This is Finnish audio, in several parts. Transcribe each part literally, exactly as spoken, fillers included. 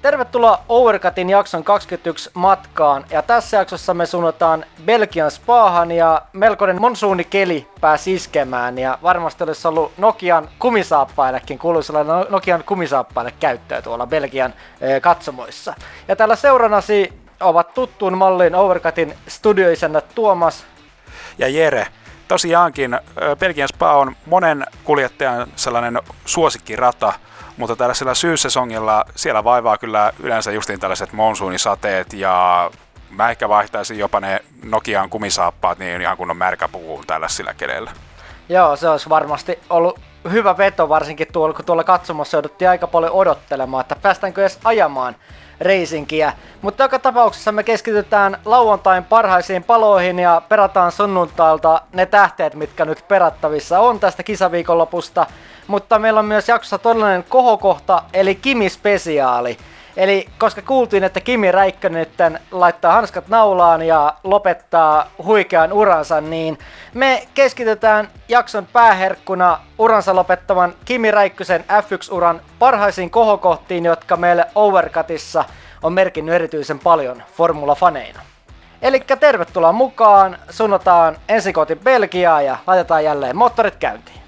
Tervetuloa Overcutin jakson kaksikymmentäyksi matkaan, ja tässä jaksossa me suunnataan Belgian Spaahan ja melkoinen monsuunikeli pääsi iskemään ja varmasti olisi ollut Nokian kumisaappaillekin, kuuluisi olla Nokian kumisaappaille käyttöä tuolla Belgian e, katsomoissa. Ja täällä seurannasi ovat tuttuun malliin Overcutin studioisännät Tuomas ja Jere. Tosiaankin Belgian Spa on monen kuljettajan sellainen suosikkirata, mutta tällaisella syyssesongilla siellä vaivaa kyllä yleensä justiin tällaiset monsuunisateet ja mä ehkä vaihtaisin jopa ne Nokian kumisaappaat niin ihan kunnon märkäpukuun tällaisilla keleillä. Joo, se olisi varmasti ollut hyvä veto varsinkin tuolla, kun tuolla katsomossa jouduttiin aika paljon odottelemaan, että päästäänkö edes ajamaan reisinkiä. Mutta joka tapauksessa me keskitytään lauantain parhaisiin paloihin ja perataan sunnuntailta ne tähteet, mitkä nyt perattavissa on tästä kisaviikonlopusta. Mutta meillä on myös jaksossa todellinen kohokohta, eli Kimi-spesiaali. Eli koska kuultiin, että Kimi Räikkönen nyt laittaa hanskat naulaan ja lopettaa huikean uransa, niin me keskitytään jakson pääherkkuna uransa lopettavan Kimi Räikkösen F yksi-uran parhaisiin kohokohtiin, jotka meille Overcutissa on merkinnyt erityisen paljon formula-faneina. Elikkä tervetuloa mukaan, sunnotaan ensi kohti Belgiaa ja laitetaan jälleen moottorit käyntiin.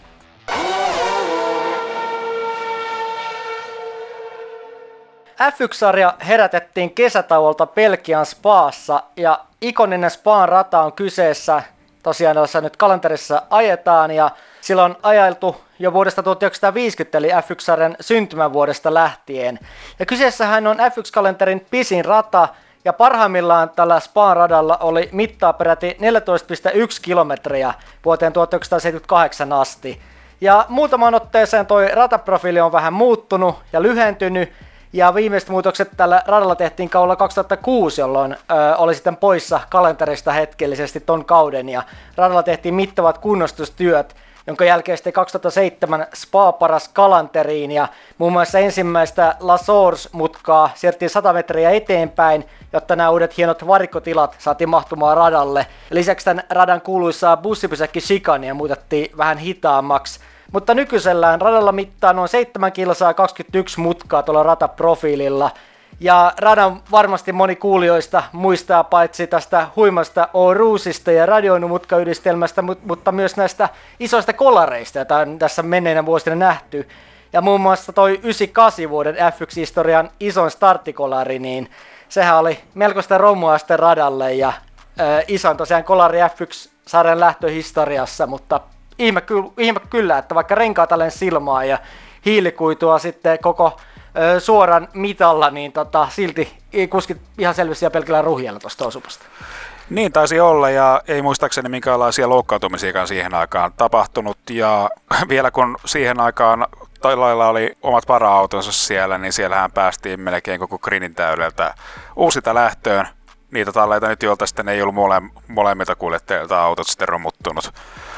F yksi-sarja herätettiin kesätauolta Belgian Spaassa ja ikoninen Spaan rata on kyseessä, tosiaan jossa nyt kalenterissa ajetaan ja sillä on ajeltu jo vuodesta tuhatyhdeksänsataaviisikymmentä eli F yksi-sarjan syntymävuodesta lähtien. Ja kyseessähän on F yksi-kalenterin pisin rata ja parhaimmillaan tällä Spaan radalla oli mittaa peräti neljätoista pilkku yksi kilometriä vuoteen tuhatyhdeksänsataaseitsemänkymmentäkahdeksan asti. Ja muutamaan otteeseen toi rataprofiili on vähän muuttunut ja lyhentynyt. Ja viimeiset muutokset tällä radalla tehtiin kaudella kaksituhattakuusi, jolloin ö, oli sitten poissa kalenterista hetkellisesti ton kauden. Ja radalla tehtiin mittavat kunnostustyöt, jonka jälkeen sitten kaksituhattaseitsemän Spa paras kalanteriin. Ja muun muassa ensimmäistä La Source-mutkaa siirrettiin sata metriä eteenpäin, jotta nämä uudet hienot varikkotilat saatiin mahtumaan radalle. Ja lisäksi tämän radan kuuluisaa bussipysäkki chicania muutettiin vähän hitaammaksi. Mutta nykyisellään radalla mittaa noin seitsemän kilsaa kaksikymmentäyksi mutkaa tuolla rataprofiililla. Ja radan varmasti moni kuulijoista muistaa paitsi tästä huimasta Oruusista ja radioinumutkayhdistelmästä, mutta myös näistä isoista kolareista, joita on tässä menneinä vuosina nähty. Ja muun muassa toi yhdeksänkymmentäkahdeksan vuoden F yksi-historian isoin starttikolari, niin sehän oli melkoista romua sitten radalle ja äh, isoin tosiaan kolari F yksi-sarjan lähtöhistoriassa, mutta Ihme, ky- ihme kyllä, että vaikka renkaat alleen silmaa ja hiilikuitua sitten koko ö, suoran mitalla, niin tota, silti kuskit ihan selvästi ja pelkällä ruhjalla tuosta osupasta. Niin taisi olla ja ei muistaakseni minkäänlaisia loukkaantumisiakaan siihen aikaan tapahtunut ja vielä kun siihen aikaan lailla oli omat para-autonsa siellä, niin siellähän päästiin melkein koko grinin täydeltä uusita lähtöön. Niitä talleita nyt, joilta sitten ei ollut mole, molemmilta kuljettajilta autot sitten romuttunut.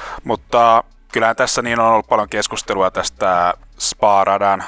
Mutta kyllähän tässä niin on ollut paljon keskustelua tästä Spa-radan,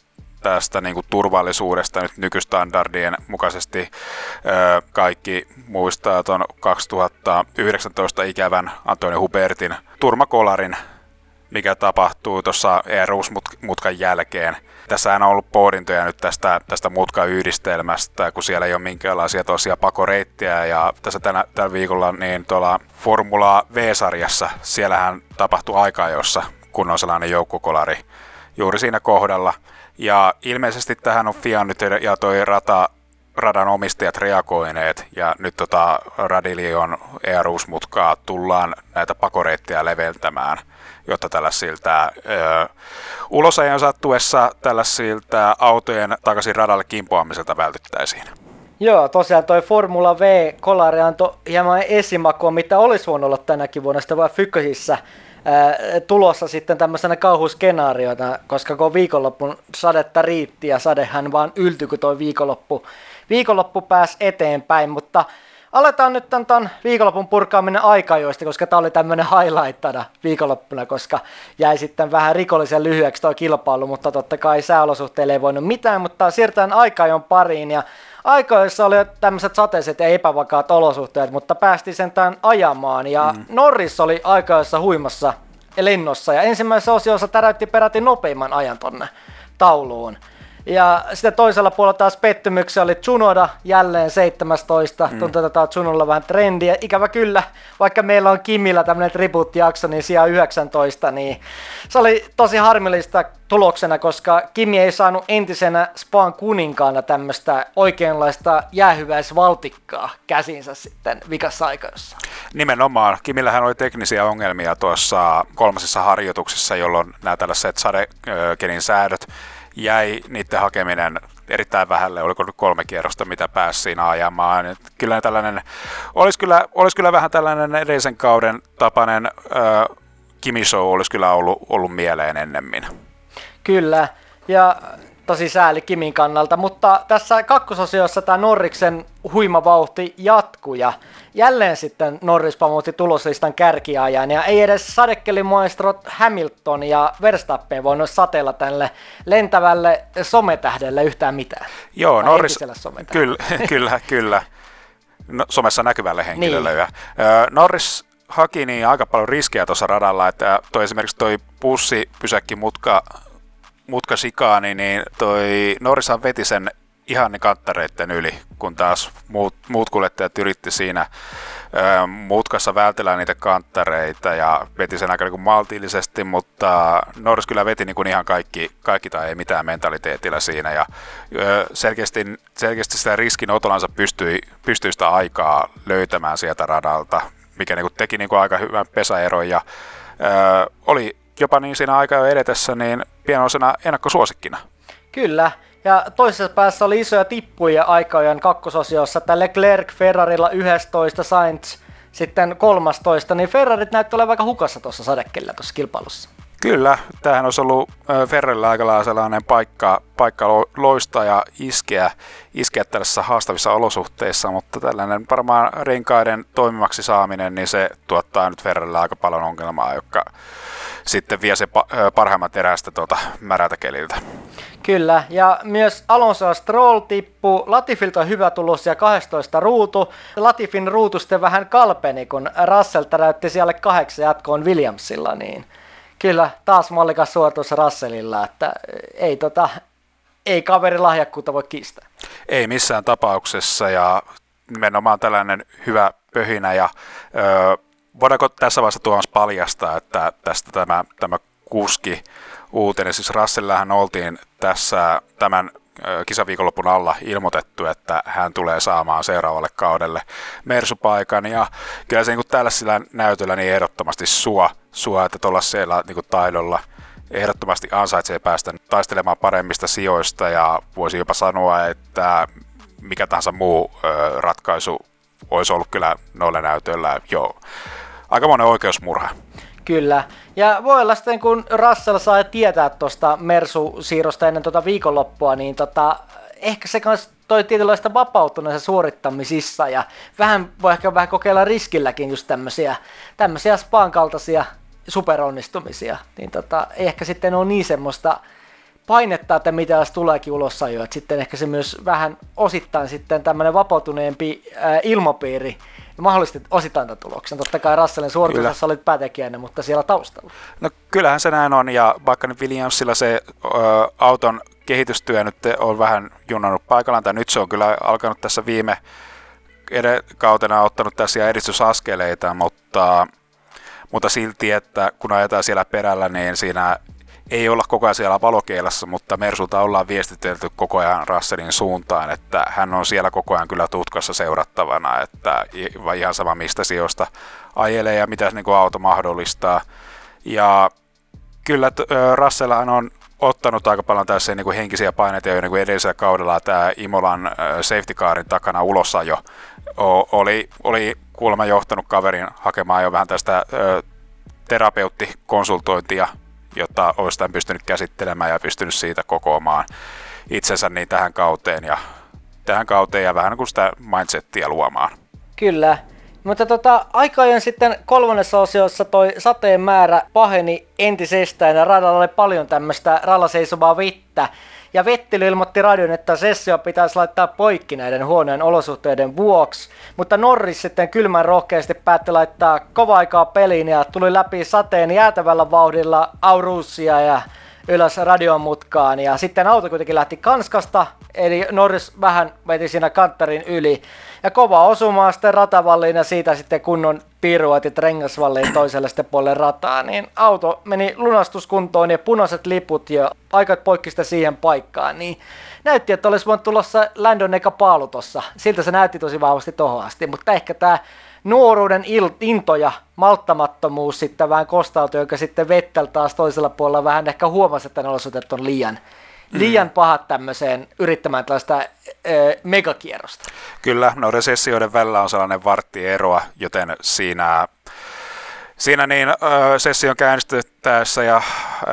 tästä niin kuin turvallisuudesta nyt nykystandardien mukaisesti. Öö, kaikki muistaa tuon kaksituhattayhdeksäntoista ikävän Antonio Hubertin turmakolarin, mikä tapahtuu tuossa E R U-mutkan jälkeen. Tässähän on ollut pohdintoja nyt tästä, tästä mutkayhdistelmästä, kun siellä ei ole minkäänlaisia tosiaan pakoreittiä. Ja tässä tänä, tällä viikolla niin tuolla Formula V-sarjassa, siellähän tapahtui aikaa, jossa kun on sellainen joukkokolari juuri siinä kohdalla. Ja ilmeisesti tähän on F I A nyt ja toi rata, radan omistajat reagoineet. Ja nyt tota Radilion E R U-mutkaa tullaan näitä pakoreittiä leveltämään, jotta tällaisilta ö, ulosajan sattuessa tällaisilta autojen takaisin radalle kimpoamiselta vältyttäisiin. Joo, tosiaan toi Formula V-kolari antoi hieman esimakua, mitä olisi voinut olla tänäkin vuonna sitten vaan Fykkösissä tulossa sitten tämmöisenä kauhuskenaariota, koska kun viikonloppun sadetta riitti ja sadehän vaan yltyi, kun toi viikonloppu, viikonloppu pääsi eteenpäin, mutta aletaan nyt tämän viikonlopun purkaaminen aikajoista, koska tämä oli tämmöinen highlightana viikonloppuna, koska jäi sitten vähän rikollisen lyhyeksi tuo kilpailu, mutta totta kai sääolosuhteille ei voinut mitään, mutta siirrytään aikajon pariin ja aikajoissa oli tämmöiset sateiset ja epävakaat olosuhteet, mutta päästiin sentään ajamaan ja mm. Norris oli aikajoissa huimassa lennossa ja ensimmäisessä osiossa täräytti peräti nopeimman ajan tonne tauluun. Ja sitten toisella puolella taas pettymyksiä oli Tsunoda, jälleen seitsemästoista. Mm. Tuntuu, että Tsunolla vähän trendiä. Ikävä kyllä, vaikka meillä on Kimillä tämmöinen tribut-jakso, niin sijaan yhdeksäntoista, niin se oli tosi harmillista tuloksena, koska Kimi ei saanut entisenä Span kuninkaana tämmöistä oikeanlaista jäähyväisvaltikkaa käsinsä sitten vikassa aikajossa. Nimenomaan. Kimillähän oli teknisiä ongelmia tuossa kolmasessa harjoituksessa, jolloin nämä tällaiset sadekenin säädöt jäi niiden hakeminen erittäin vähälle, oliko nyt kolme kierrosta, mitä pääsi siinä ajamaan. Et kyllä tällainen, olisi kyllä, olisi kyllä vähän tällainen edellisen kauden tapainen äh, Kimi Show olisi kyllä ollut, ollut mieleen ennemmin. Kyllä, ja tosi sääli Kimin kannalta, mutta tässä kakkososiossa tämä Norriksen huima vauhti jatkuu ja jälleen sitten Norris pamuutti tuloslistan kärkiajan ja ei edes sadekelimaestrot Hamilton ja Verstappen voinut sateella tälle lentävälle sometähdelle yhtään mitään. Joo, tai Norris, kyllä, kyllä, kyllä. No, somessa näkyvälle henkilölle. Niin. Ja, Norris haki niin aika paljon riskejä tuossa radalla, että toi esimerkiksi toi bussipysäkkimutka mutka sikaani, niin toi Norrishan veti sen ihan niin kanttareitten yli, kun taas muut, muut kuljettajat yritti siinä ö, mutkassa vältellä niitä kanttareita ja veti sen aika niin kuin maltillisesti, mutta Norris kyllä veti niin kuin ihan kaikki, kaikki tai ei mitään mentaliteetillä siinä ja ö, selkeästi, selkeästi sitä riskinotolansa pystyi, pystyi sitä aikaa löytämään sieltä radalta, mikä niin kuin teki niin kuin aika hyvän pesäeron ja ö, oli jopa niin siinä aikaa jo edetessä niin pienoisena ennakkosuosikkina. Kyllä, ja toisessa päässä oli isoja tippuja aikajan kakkososiossa, että Leclerc Ferrarilla yksitoista, Sainz sitten kolmastoista, niin Ferrarit näytti olevan aika hukassa tuossa sadekkeellä tuossa kilpailussa. Kyllä, tämähän olisi ollut Ferrarilla aika lailla sellainen paikka, paikka loistaa ja iskeä, iskeä tällaisissa haastavissa olosuhteissa, mutta tällainen varmaan renkaiden toimivaksi saaminen, niin se tuottaa nyt Ferrarilla aika paljon ongelmaa, joka sitten vie se parhaimmat erästä tuota märältä keliltä. Kyllä, ja myös Alonso ja Stroll tippuu. Latifilta on hyvä tulos ja kaksitoista ruutu. Latifin ruutu sitten vähän kalpeni, kun Russell täräytti siellä kahdeksan jatkoon Williamsilla, niin kyllä taas mallikas suoritus Russellilla, että ei, tota, ei kaveri lahjakkuutta voi kiistää. Ei missään tapauksessa, ja nimenomaan tällainen hyvä pöhinä, ja öö, voidaanko tässä vaiheessa Tuomas paljastaa, että tästä tämä, tämä kuski uutinen, siis Russellillähän oltiin tässä tämän kisaviikonlopun alla ilmoitettu, että hän tulee saamaan seuraavalle kaudelle Mersu-paikan, ja kyllä se niin kuin tällaisella näytöllä niin ehdottomasti sua, sua että tuollaisella niin kuin taidolla ehdottomasti ansaitsee päästä taistelemaan paremmista sijoista, ja voisi jopa sanoa, että mikä tahansa muu ö, ratkaisu olisi ollut kyllä noilla näytöillä jo aikamoinen oikeusmurha. Kyllä, ja voi olla sitten kun Russell saa tietää tuosta Mersu-siirrosta ennen tuota viikonloppua, niin tota, ehkä se kans toi tietynlaista vapautuneessa suorittamisissa, ja vähän voi ehkä vähän kokeilla riskilläkin just tämmöisiä, tämmöisiä Span kaltaisia superonnistumisia, niin tota, ei ehkä sitten ole niin semmoista painetta, että mitä jos tuleekin ulosajoa, että sitten ehkä se myös vähän osittain sitten tämmöinen vapautuneempi ää, ilmapiiri mahdollisesti osittain tämän tuloksen. Totta kai Russellin suoritusessa olit päätekijänä, mutta siellä taustalla. No kyllähän se näin on, ja vaikka nyt Williamsilla se ö, auton kehitystyö nyt on vähän junnannut paikallaan, tai nyt se on kyllä alkanut tässä viime kautena ottanut tässä edistysaskeleita, mutta, mutta silti, että kun ajetaan siellä perällä, niin siinä ei olla koko ajan siellä valokeilassa, mutta Mersulta ollaan viestitelty koko ajan Russellin suuntaan, että hän on siellä koko ajan kyllä tutkassa seurattavana, että ihan sama mistä sijoista ajelee ja mitä niin kuin auto mahdollistaa. Ja kyllä Russell on ottanut aika paljon tässä niin kuin henkisiä paineita jo niin kuin edellisellä kaudella. Tämä Imolan safety carin takana ulosajo oli, oli kuulemma johtanut kaverin hakemaan jo vähän tästä terapeuttikonsultointia, jotta olisi tämän pystynyt käsittelemään ja pystynyt siitä kokoamaan itsensä niin tähän kauteen ja tähän kauteen ja vähän niin kuin sitä mindsettiä luomaan. Kyllä, mutta tota, aika ajan sitten kolmannessa osiossa toi sateen määrä paheni entisestään ja radalla oli paljon tämmöistä radalla seisovaa vettä. Ja Vettelö ilmoitti radion, että sessio pitäisi laittaa poikki näiden huoneen olosuhteiden vuoksi. Mutta Norris sitten kylmän rohkeasti päätti laittaa kova aikaa peliin ja tuli läpi sateen jäätävällä vauhdilla Aurussia ja ylös radion mutkaan. Ja sitten auto kuitenkin lähti Kanskasta, eli Norris vähän veti siinä kanttarin yli. Ja kova osumaa sitten ratavalliin ja siitä sitten kunnon piruetit rengasvalliin toiselle sitten puolelle rataa. Niin auto meni lunastuskuntoon ja punaiset liput ja aikat poikki sitten siihen paikkaan. Niin näytti, että olisi voinut tulla se Landon eka paalu tossa. Siltä se näytti tosi vahvasti tohon asti, mutta ehkä tämä nuoruuden il- into ja malttamattomuus sitten vähän kostautui, joka sitten Vettel taas toisella puolella vähän ehkä huomasi, että ne olosuhteet on liian, mm. liian pahat tämmöiseen yrittämään tällaista äh, megakierrosta. Kyllä, noiden sessioiden välillä on sellainen varttieroa, joten siinä, siinä niin, äh, session käynnistyttäessä ja äh,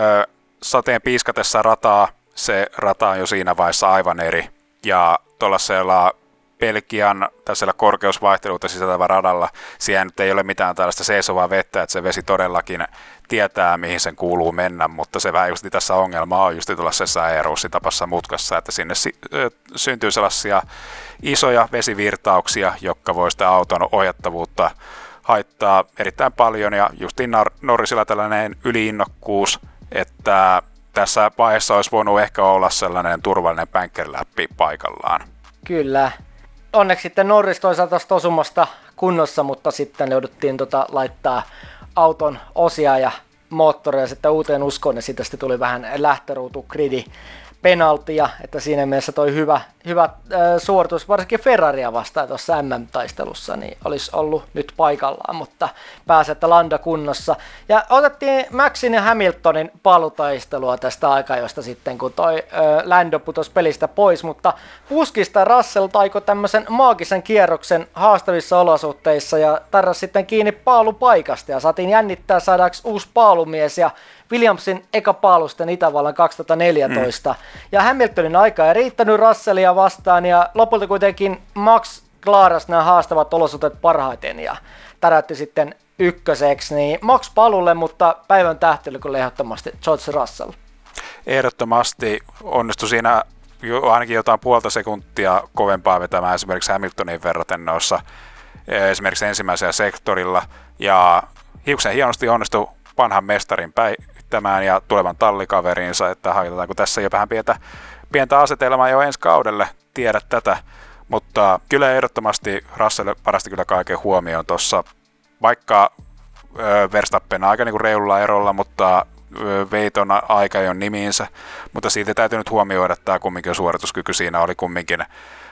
sateen piiskatessa rataa, se rata on jo siinä vaiheessa aivan eri. Ja tuollaisella Belgian tällaisella korkeusvaihteluutta sisältävä radalla, siellä nyt ei ole mitään tällaista seisovaa vettä, että se vesi todellakin tietää, mihin sen kuuluu mennä, mutta se vähän just tässä ongelma on just tuollaisessa aeroussitapassa mutkassa, että sinne si- syntyy sellaisia isoja vesivirtauksia, jotka voi sitä auton ohjattavuutta haittaa erittäin paljon, ja justiin Nor- Norrisilla tällainen yliinnokkuus, että tässä vaiheessa olisi voinut ehkä olla sellainen turvallinen bankerläppi paikallaan. Kyllä. Onneksi sitten Norris toisaalta tästä osumasta kunnossa, mutta sitten jouduttiin tota laittaa auton osia ja moottoreja sitten uuteen uskoon, ja siitä sitten tuli vähän lähtöruutu gridi penaltia, että siinä mielessä toi hyvä, hyvä äh, suoritus, varsinkin Ferraria vastaan tuossa M M-taistelussa, niin olisi ollut nyt paikallaan, mutta pääsi, että Landa kunnossa. Ja otettiin Maxin ja Hamiltonin palutaistelua tästä aikajosta sitten, kun toi äh, Lando putosi pelistä pois, mutta puskista Russell taiko tämmöisen maagisen kierroksen haastavissa olosuhteissa ja tarras sitten kiinni paalupaikasta ja saatiin jännittää saadaanko uusi paalumies ja Williamsin eka paalu sitten Itävallan kaksituhattaneljätoista. Mm. Ja Hamiltonin aika ei riittänyt Russellia vastaan ja lopulta kuitenkin Max klaarasi nämä haastavat olosuhteet parhaiten ja täräytti sitten ykköseksi. Niin Max palulle, mutta päivän tähtely kyllä ehdottomasti George Russell. Ehdottomasti onnistui siinä jo, ainakin jotain puolta sekuntia kovempaa vetämään esimerkiksi Hamiltonin verraten noissa esimerkiksi ensimmäisellä sektorilla ja hiuksen hienosti onnistui vanhan mestarin päittämään ja tulevan tallikaverinsa, että haitetaanko tässä jo vähän pientä, pientä asetelmaa jo ensi kaudelle, tiedä tätä, mutta kyllä ehdottomasti Russell parasti kyllä kaiken huomioon tuossa, vaikka ö, Verstappen aika niin kuin reilulla erolla, mutta ö, Veiton aika ei ole nimiinsä, mutta siitä täytyy nyt huomioida, että tämä kumminkin suorituskyky siinä oli kumminkin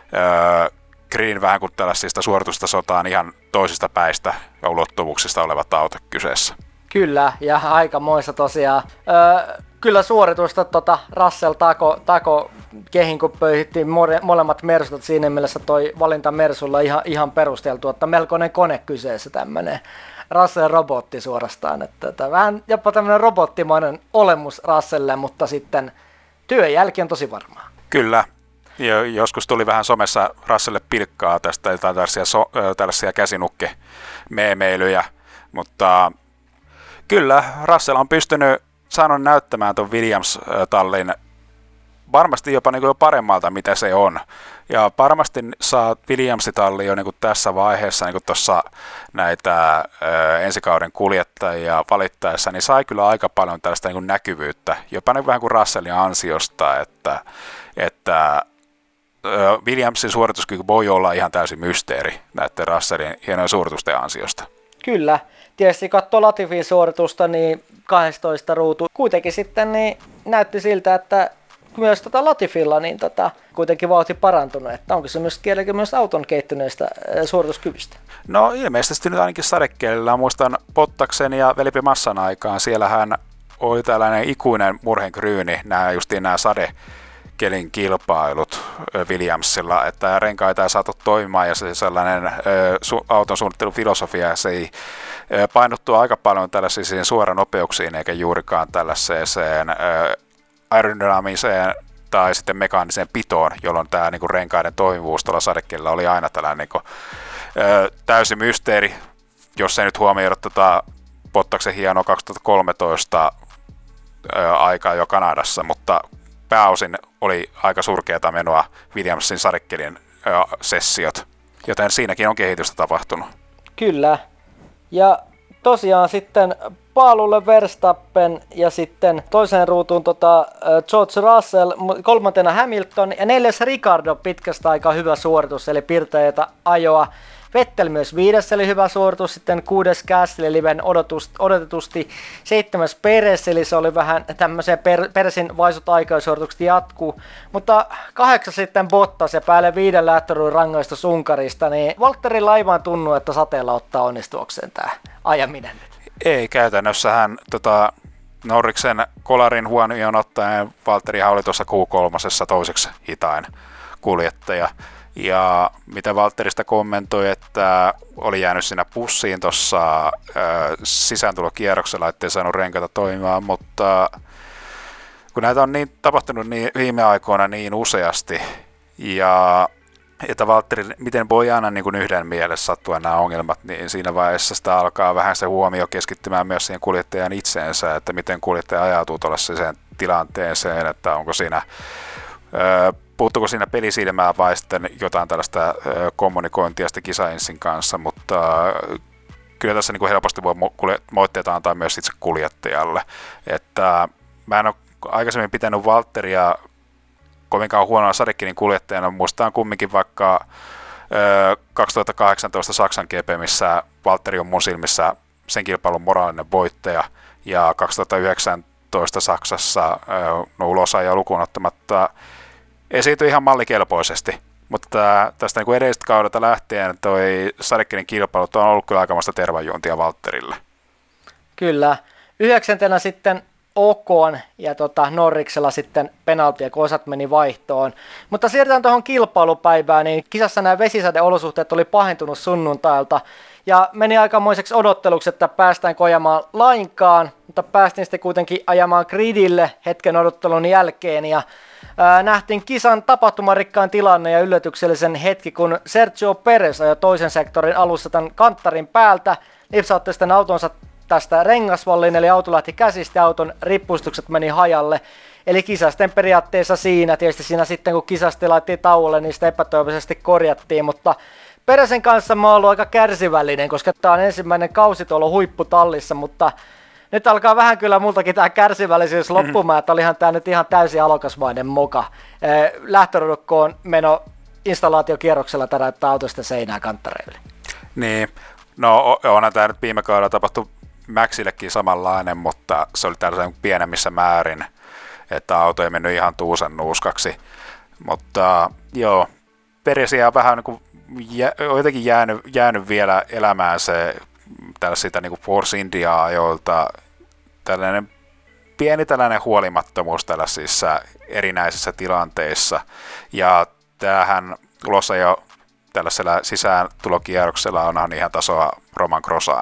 ö, Green vähän kuin tällaisista suoritusta sotaan ihan toisista päistä ja ulottuvuuksista olevat autot kyseessä. Kyllä, ja aikamoista tosiaan. Öö, kyllä suoritusta tota Russell tako, tako kehin, kun pöyhittiin more, molemmat Mersut, siinä mielessä toi valinta Mersulla ihan, ihan perusteltu, että melkoinen kone kyseessä tämmönen Russell-robotti suorastaan. Että, että vähän jopa tämmöinen robottimainen olemus Russelle, mutta sitten työn jälki on tosi varmaa. Kyllä. Ja joskus tuli vähän somessa Russelle pilkkaa tästä jotain tällaisia, so, tällaisia käsinukke-meemeilyjä, mutta kyllä, Russell on pystynyt saanut näyttämään tuon Williams-tallin varmasti jopa niin kuin jo paremmalta, mitä se on. Ja varmasti saa Williams-talli jo niin kuin tässä vaiheessa niin kuin tuossa näitä ö, ensikauden kuljettajia valittaessa, niin sai kyllä aika paljon tällaista niin kuin näkyvyyttä, jopa niin vähän kuin Russellin ansiosta, että, että ö, Williamsin suorituskyky voi olla ihan täysin mysteeri näiden Russellin hienojen suoritusten ansiosta. Kyllä. Tietysti katsoo Latifin suoritusta, niin kaksitoista ruutu. Kuitenkin sitten niin näytti siltä, että myös tota Latifilla niin tota, kuitenkin vauhti parantunut. Että onko se myös kielläkin myös auton kehittyneestä suorituskyvystä? No ilmeisesti nyt ainakin sadekielellä. Muistan Bottaksen ja Felipe Massan aikaan. Siellähän oli tällainen ikuinen murhenkryyni, nämä justiin nämä sade kelin kilpailut Williamsilla, että renkaita ei saatu toimimaan ja se sellainen ö, su, auton suunnittelufilosofia, se ei ö, painottu aika paljon tällaisiin suoranopeuksiin eikä juurikaan tällaiseen ö, aerodynamiseen tai sitten mekaaniseen pitoon, jolloin tämä niin kuin renkaiden toimivuus tuolla sadekelillä oli aina tällainen niin kuin, ö, täysi mysteeri, jos ei nyt huomioida tota Bottaksen hienoa kaksituhattakolmetoista ö, aikaa jo Kanadassa, mutta pääosin oli aika surkeata menoa Williamsin sadekkelin ö, sessiot, joten siinäkin on kehitystä tapahtunut. Kyllä. Ja tosiaan sitten paalulle Verstappen ja sitten toiseen ruutuun tota, George Russell, kolmantena Hamilton ja neljäs Ricardo, pitkästä aikaa hyvä suoritus, eli pirteitä ajoa. Vettel myös viides, eli hyvä suoritus, sitten kuudes Gasly, eli odotetusti seitsemäs Perez, eli se oli vähän tämmöisen per, Perezin vaisut aikasuoritukset jatkuu, mutta kahdeksas sitten Bottas ja päälle viiden lähtöruun rangaistus Unkarista, niin Valtterilla ei vaan tunnu, että sateella ottaa onnistuakseen tämä ajaminen nyt. Ei, käytännössähän tota, Norriksen kolarin huomioon ottaen Valtterihan oli tuossa Q kolme toiseksi hitain kuljettaja. Ja mitä Valtterista kommentoi, että oli jäänyt siinä pussiin tuossa sisääntulokierroksella, ettei saanut renkata toimimaan, mutta kun näitä on niin tapahtunut niin viime aikoina niin useasti, ja että Valtteri, miten voi aina niin kuin yhden mielessä sattua nämä ongelmat, niin siinä vaiheessa sitä alkaa vähän se huomio keskittymään myös siihen kuljettajan itseensä, että miten kuljettaja ajautuu tuollaiseen tilanteeseen, että onko siinä... Öö, puuttuuko siinä pelisilmää vai sitten jotain tällaista kommunikointia sitten kisainsin kanssa, mutta kyllä tässä niin kuin helposti voi moitteita antaa myös itse kuljettajalle. Että mä en ole aikaisemmin pitänyt Valtteria kovinkaan huonoa Sadekinin kuljettajana, muistaan kumminkin vaikka kaksituhattakahdeksantoista Saksan G P, missä Valtteri on mun silmissä sen kilpailun moraalinen voittaja, ja kaksituhattayhdeksäntoista Saksassa no ulosaja lukuun ottamatta esiintyi ihan mallikelpoisesti, mutta tästä niin edellisestä kaudelta lähtien toi Sadekinin kilpailut on ollut kyllä aikamoista tervajuontia Valtterille. Kyllä. Yhdeksäntenä sitten Ocon ja tota Norriksella sitten penaltia, kun osat meni vaihtoon. Mutta siirrytään tuohon kilpailupäivään, niin kisassa nämä vesisadeolosuhteet oli pahentunut sunnuntailta ja meni aikamoiseksi odotteluksi, että päästäänkö ajamaan lainkaan, mutta päästiin sitten kuitenkin ajamaan gridille hetken odottelun jälkeen ja ää, nähtiin kisan tapahtumarikkaan tilanne ja yllätyksellisen hetki, kun Sergio Perez ajoi toisen sektorin alussa tämän kanttarin päältä, lipsautti sitten autonsa tästä rengasvalliin, eli auto lähti käsistä, auton rippustukset meni hajalle. Eli kisasten periaatteessa siinä, tietysti siinä sitten kun kisasti laitettiin tauolle, niin sitä epätoivoisesti korjattiin, mutta Perezin kanssa mä oon ollut aika kärsivällinen, koska tää on ensimmäinen kausi tuolla huipputallissa, mutta nyt alkaa vähän kyllä multakin tää kärsivällisyys loppumaan, että olihan tää nyt ihan täysin alokasmainen moka. Lähtöruudukkoon meno installaatiokierroksella täräyttää autosta seinää kanttareille. Niin, no onhan tää nyt viime kaudella tapahtu Maxillekin samanlainen, mutta se oli tällaisen pienemmissä määrin, että auto ei mennyt ihan tuusen nuuskaksi. Mutta joo, Peresiä on vähän niin kuin jä, jotenkin jäänyt, jäänyt vielä elämään se tällaisista niin kuin Force India-ajoilta tällainen pieni tällainen huolimattomuus tällaisissa erinäisissä tilanteissa. Ja tämähän tulossa jo tällaisella sisääntulokierroksella onhan ihan tasoa Roman Grossaan.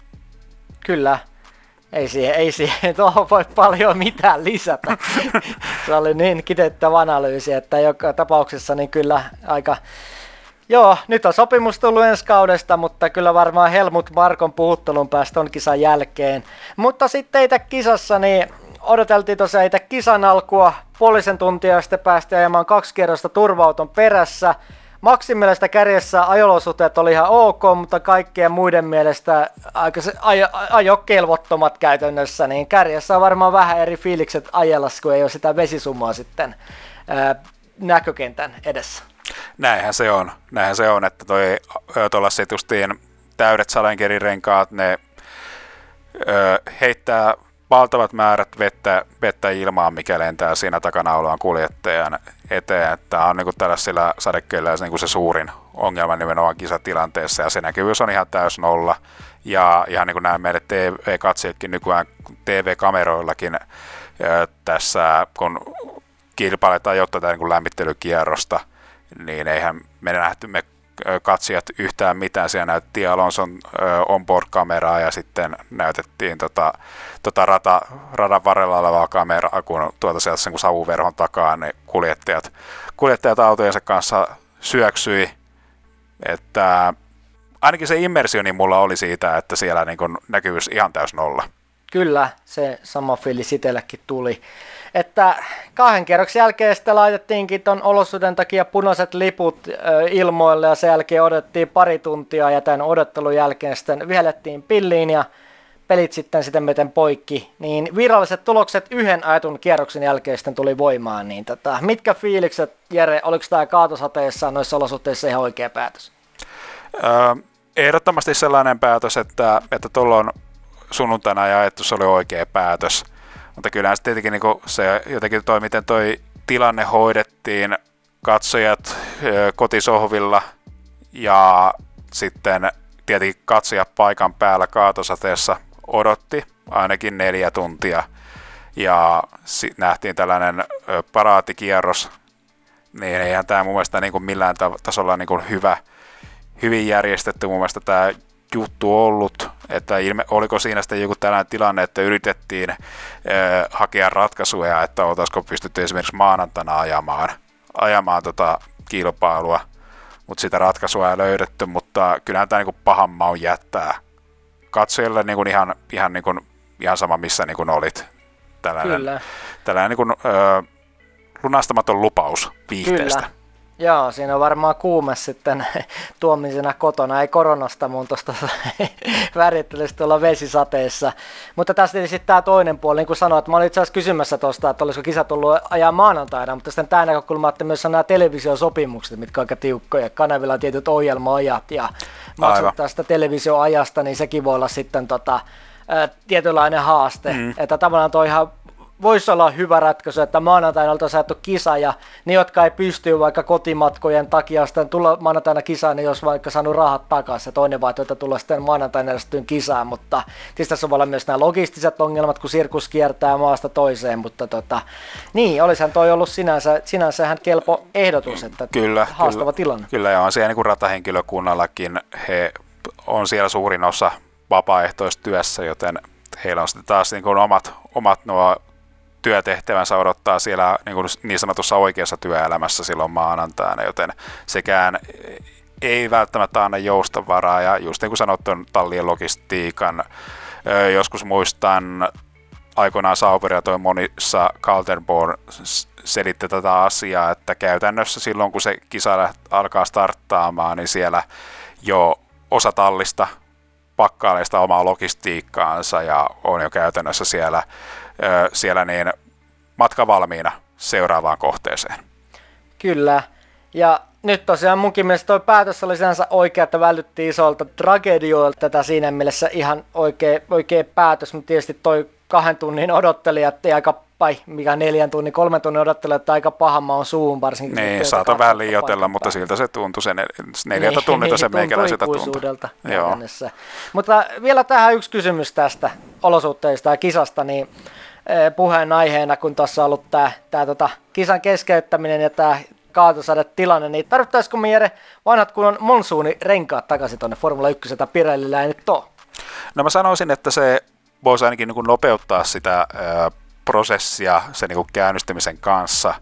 Kyllä. Ei siihen, ei siihen tuohon voi paljon mitään lisätä. Se oli niin kiteyttävä analyysi, että joka tapauksessa niin kyllä aika... Joo, nyt on sopimus tullut ensi kaudesta, mutta kyllä varmaan Helmut Markon puhuttelun päästä on kisan jälkeen. Mutta sitten itse kisassa, niin odoteltiin tosiaan itse kisan alkua, puolisen tuntia sitten päästiin ajamaan kaksi kierrosta turva-auton perässä. Maksimillista kärjessä ajolosuhteet oli ihan ok, mutta kaikkien muiden mielestä aika ajo, ajokelvottomat käytännössä, niin kärjessä on varmaan vähän eri fiilikset ajella, kun ei ole sitä vesisumaa sitten ää, näkökentän edessä. Näinhän se on, näinhän se on, että toi tuollaiset justiin täydet sadenkerirenkaat, ne ö, heittää valtavat määrät vettä, vettä ilmaan, mikä lentää siinä takana olevan kuljettajan eteen. Tämä on niin kuin tällaisilla sadekeillä niin kuin se suurin ongelma nimenomaan kisatilanteessa, ja se näkyvyys on ihan täys nolla. Ja ihan niin kuin nämä meille T V-katsojatkin nykyään T V-kameroillakin tässä, kun kilpailetaan jotta tätä niin kuin lämmittelykierrosta, niin eihän me nähty me katsojat yhtään mitään. Siellä näytettiin Alonson onboard-kameraa ja sitten näytettiin tota, tota rata, radan varrella olevaa kameraa, kun tuolta sieltä sen savuverhon takaa ne kuljettajat, kuljettajat autojensa kanssa syöksyi. Että ainakin se immersioni mulla oli siitä, että siellä niin kun näkyvyys ihan täys nolla. Kyllä, se sama fiilis itselläkin tuli. Että kahden kierroksen jälkeen sitten laitettiinkin ton olosuuden takia punaiset liput ö, ilmoille ja sen jälkeen odottiin pari tuntia ja tämän odottelun jälkeen sitten vihellettiin pilliin ja pelit sitten sitä myöten poikki, niin viralliset tulokset yhden ajetun kierroksen jälkeen sitten tuli voimaan, niin tota, mitkä fiilikset, Jere, oliko tämä kaatosateessa noissa olosuhteissa ihan oikea päätös? Öö, ehdottomasti sellainen päätös, että, että tuolloin sunnuntaina jaettu se oli oikea päätös, mutta kyllähän se tietenkin niin se jotenkin toi, miten toi tilanne hoidettiin, katsojat öö, kotisohvilla ja sitten tietenkin katsojat paikan päällä kaatosateessa odotti ainakin neljä tuntia ja sitten nähtiin tällainen ö, paraatikierros, niin eihän tämä mun mielestä niin kuin millään tasolla niin kuin hyvä, hyvin järjestetty mun mielestä tämä juttu ollut, että ilme, oliko siinä sitten joku tällainen tilanne, että yritettiin ö, hakea ratkaisuja, että oltaisiko pystytty esimerkiksi maanantaina ajamaan, ajamaan tota kilpailua, mutta sitä ratkaisua ei löydetty, mutta kyllähän tämä niinku pahan maun jättää katsojille niinku ihan, ihan, niinku, ihan sama, missä niinku olit. Tällainen, Kyllä. tällainen niinku, ö, lunastamaton lupaus viihteestä. Kyllä. Joo, siinä on varmaan kuume sitten tuomisena kotona, ei koronasta mun tuosta värittelystä tuolla vesisateessa. Mutta tässä tietysti tämä toinen puoli, niin kuin sanoit, mä olin itse asiassa kysymässä tuosta, että olisiko kisa tullut ajaa maanantaina, mutta sitten tämä näkökulma, että myös on nämä televisiosopimukset, mitkä on aika tiukkoja, kanavilla on tietyt ohjelma-ajat ja maksut tästä televisioajasta, niin sekin voi olla sitten tota, ää, tietynlainen haaste, mm. että tavallaan toi ihan voisi olla hyvä ratkaisu, että maanantaina oltaisiin saatu kisa ja ne, jotka ei pysty vaikka kotimatkojen takia sitten tulla maanantaina kisaan, niin jos vaikka saanut rahat takaisin. Ja toinen vaihtoehto tulla sitten maanantaina järjestettyyn kisaan, mutta tietysti tässä voi olla myös nämä logistiset ongelmat, kun sirkus kiertää maasta toiseen, mutta tota, niin, olisihan toi ollut sinänsä, sinänsä ihan kelpo ehdotus, että kyllä, haastava kyllä, tilanne. Kyllä, ja on siellä niin kuin ratahenkilökunnallakin, he on siellä suurin osa vapaaehtoistyössä, joten heillä on sitten taas niin kuin omat, omat nuo työtehtävänsä odottaa siellä niin, kuin niin sanotussa oikeassa työelämässä silloin maanantaina, joten sekään ei välttämättä anna joustavaraa, ja just niin kuin sanottu, tallien logistiikan, joskus muistan aikoinaan Sauber ja toi monissa Kaltenborn selitti tätä asiaa, että käytännössä silloin kun se kisa alkaa starttaamaan, niin siellä jo osa tallista pakkailee sitä omaa logistiikkaansa ja on jo käytännössä siellä siellä niin matka valmiina seuraavaan kohteeseen. Kyllä. Ja nyt tosiaan munkin mielestä toi päätös oli sinänsä oikea, että vältyttiin isolta tragedioilta. Tätä siinä mielessä ihan oikea, oikea päätös, mutta tietysti toi kahden tunnin odottelijat ja aika, vai mikä neljän tunnin, kolmen tunnin odottelijat aika pahan maun suun varsinkin. Niin, saatan vähän liioitella, mutta siltä se tuntui se neljältä niin, tunnilta se meikäläiseltä tuntui. Mutta vielä tähän yksi kysymys tästä olosuhteista ja kisasta, niin puheenaiheena, kun tuossa on ollut tämä, tämä tota, kisan keskeyttäminen ja tämä kaatosade-tilanne, niin tarvittaisiko me Jere vanhat kun on monsuunirenkaat takaisin tuonne Formula yksi tai Pirellillä ei nyt ole? No mä sanoisin, että se voisi ainakin niin kuin nopeuttaa sitä ä, prosessia sen niin kuin käynnistymisen kanssa,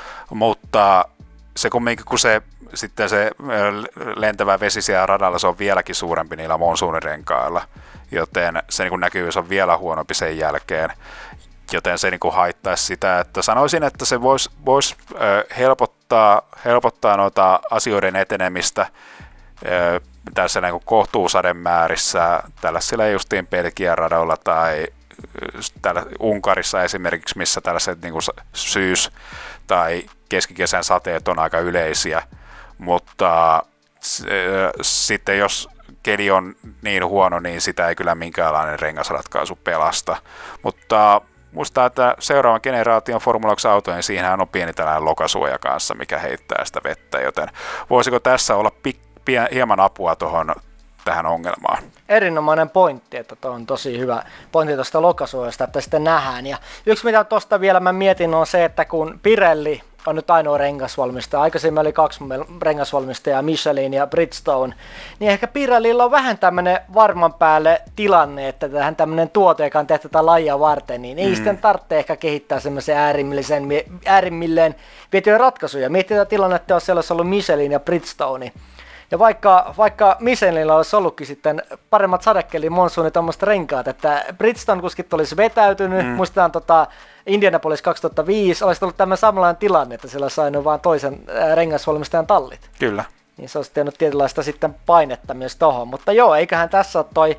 mutta se kumminkin, kun se sitten se lentävä vesi siellä radalla, se on vieläkin suurempi niillä monsuunirenkailla, joten se niin kuin näkyvyys on vielä huonompi sen jälkeen, joten se niin kuin haittaisi sitä, että sanoisin, että se voisi vois, helpottaa, helpottaa noita asioiden etenemistä ö, tässä niin kuin kohtuusademäärissä, tällaisilla justiin Belgian radoilla tai täällä Unkarissa esimerkiksi, missä tällaiset niin kuin syys- tai keskikesän sateet on aika yleisiä, mutta s- sitten jos keli on niin huono, niin sitä ei kyllä minkäänlainen rengasratkaisu pelasta. Mutta muistaa, että seuraavan generaation Formula yksi-autojen, niin siinähän on pieni tällainen lokasuoja kanssa, mikä heittää sitä vettä, joten voisiko tässä olla pik- pien- hieman apua tuohon tähän ongelmaan? Erinomainen pointti, että tuo on tosi hyvä pointti tuosta lokasuojasta, että sitten nähdään. Ja yksi mitä tuosta vielä mä mietin on se, että kun Pirelli on nyt ainoa rengasvalmistaja, aikaisemmin oli kaksi rengasvalmistajaa, Michelin ja Bridgestone, niin ehkä Pirellillä on vähän tämmöinen varman päälle tilanne, että tähän tämmöinen tuote, joka on tehty tätä lajia varten, niin ei mm. sitten tarvitse ehkä kehittää semmoisen äärimmilleen vietyjä ratkaisuja. Miettii tätä tilannetta, jos siellä olisi ollut Michelin ja Bridgestone. Ja vaikka, vaikka Michelinillä olisi ollutkin sitten paremmat sadekeli monsuuni tuommoista renkaat, että Bridgestone-kuskit olisi vetäytynyt, mm. muistetaan tota Indianapolis kaksituhattaviisi, olisi tullut tämmöinen samanlainen tilanne, että siellä olisi ainoa vain toisen rengasvalmistajan tallit. Kyllä. Niin se olisi tehnyt tietynlaista sitten painetta myös tohon, mutta joo, eiköhän tässä ole toi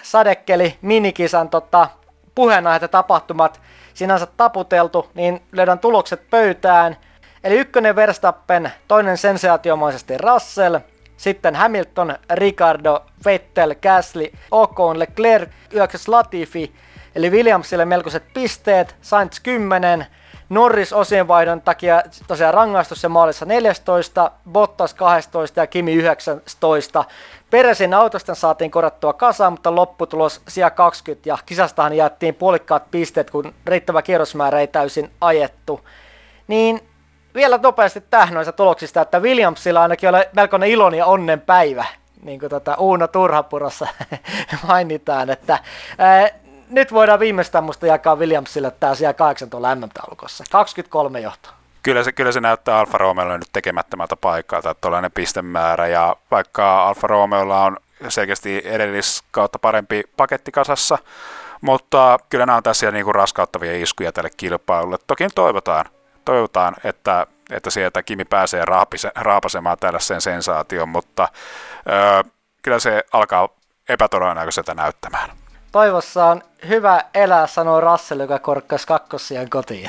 sadekeli minikisan tota, puheenaiheet ja tapahtumat sinänsä taputeltu, niin löydän tulokset pöytään. Eli ykkönen Verstappen, toinen sensaatiomaisesti Russell, sitten Hamilton, Ricardo, Vettel, Gasly, Ocon, Leclerc, yhdeksäs Latifi, eli Williamsille melkoiset pisteet, Sainz kymmenen, Norris osienvaihdon takia tosiaan rangaistus ja maalissa neljätoista, Bottas kaksitoista ja Kimi yhdeksäntoista. Peresin autosta saatiin korjattua kasaan, mutta lopputulos sija kaksikymmentä ja kisastahan jaettiin puolikkaat pisteet, kun riittävä kierrosmäärä ei täysin ajettu. Niin vielä nopeasti tähän noista tuloksista, että Williamsilla ainakin oli melkoinen ilon ja onnen päivä, niin kuin tuota Uuno Turhapurossa mainitaan, että ää, nyt voidaan viimeistään musta jakaa Williamsille tämä sija kahdeksan tuolla M M-taulukossa. kaksikymmentäkolme johtoa. Kyllä se, kyllä se näyttää Alfa Romeolle nyt tekemättömältä paikalta, tuollainen pistemäärä, ja vaikka Alfa Romeolla on selkeästi edelliskautta parempi paketti kasassa, mutta kyllä nämä on tässä niin kuin raskauttavia iskuja tälle kilpailulle. Toki toivotaan, toivotaan että, että sieltä Kimi pääsee raapise, raapasemaan tällaisen sensaation, mutta öö, kyllä se alkaa epätodennäköiseltä näyttämään. Toivossa on hyvä elää, sanoo Russell, joka korkkasi kakkossiaan kotiin.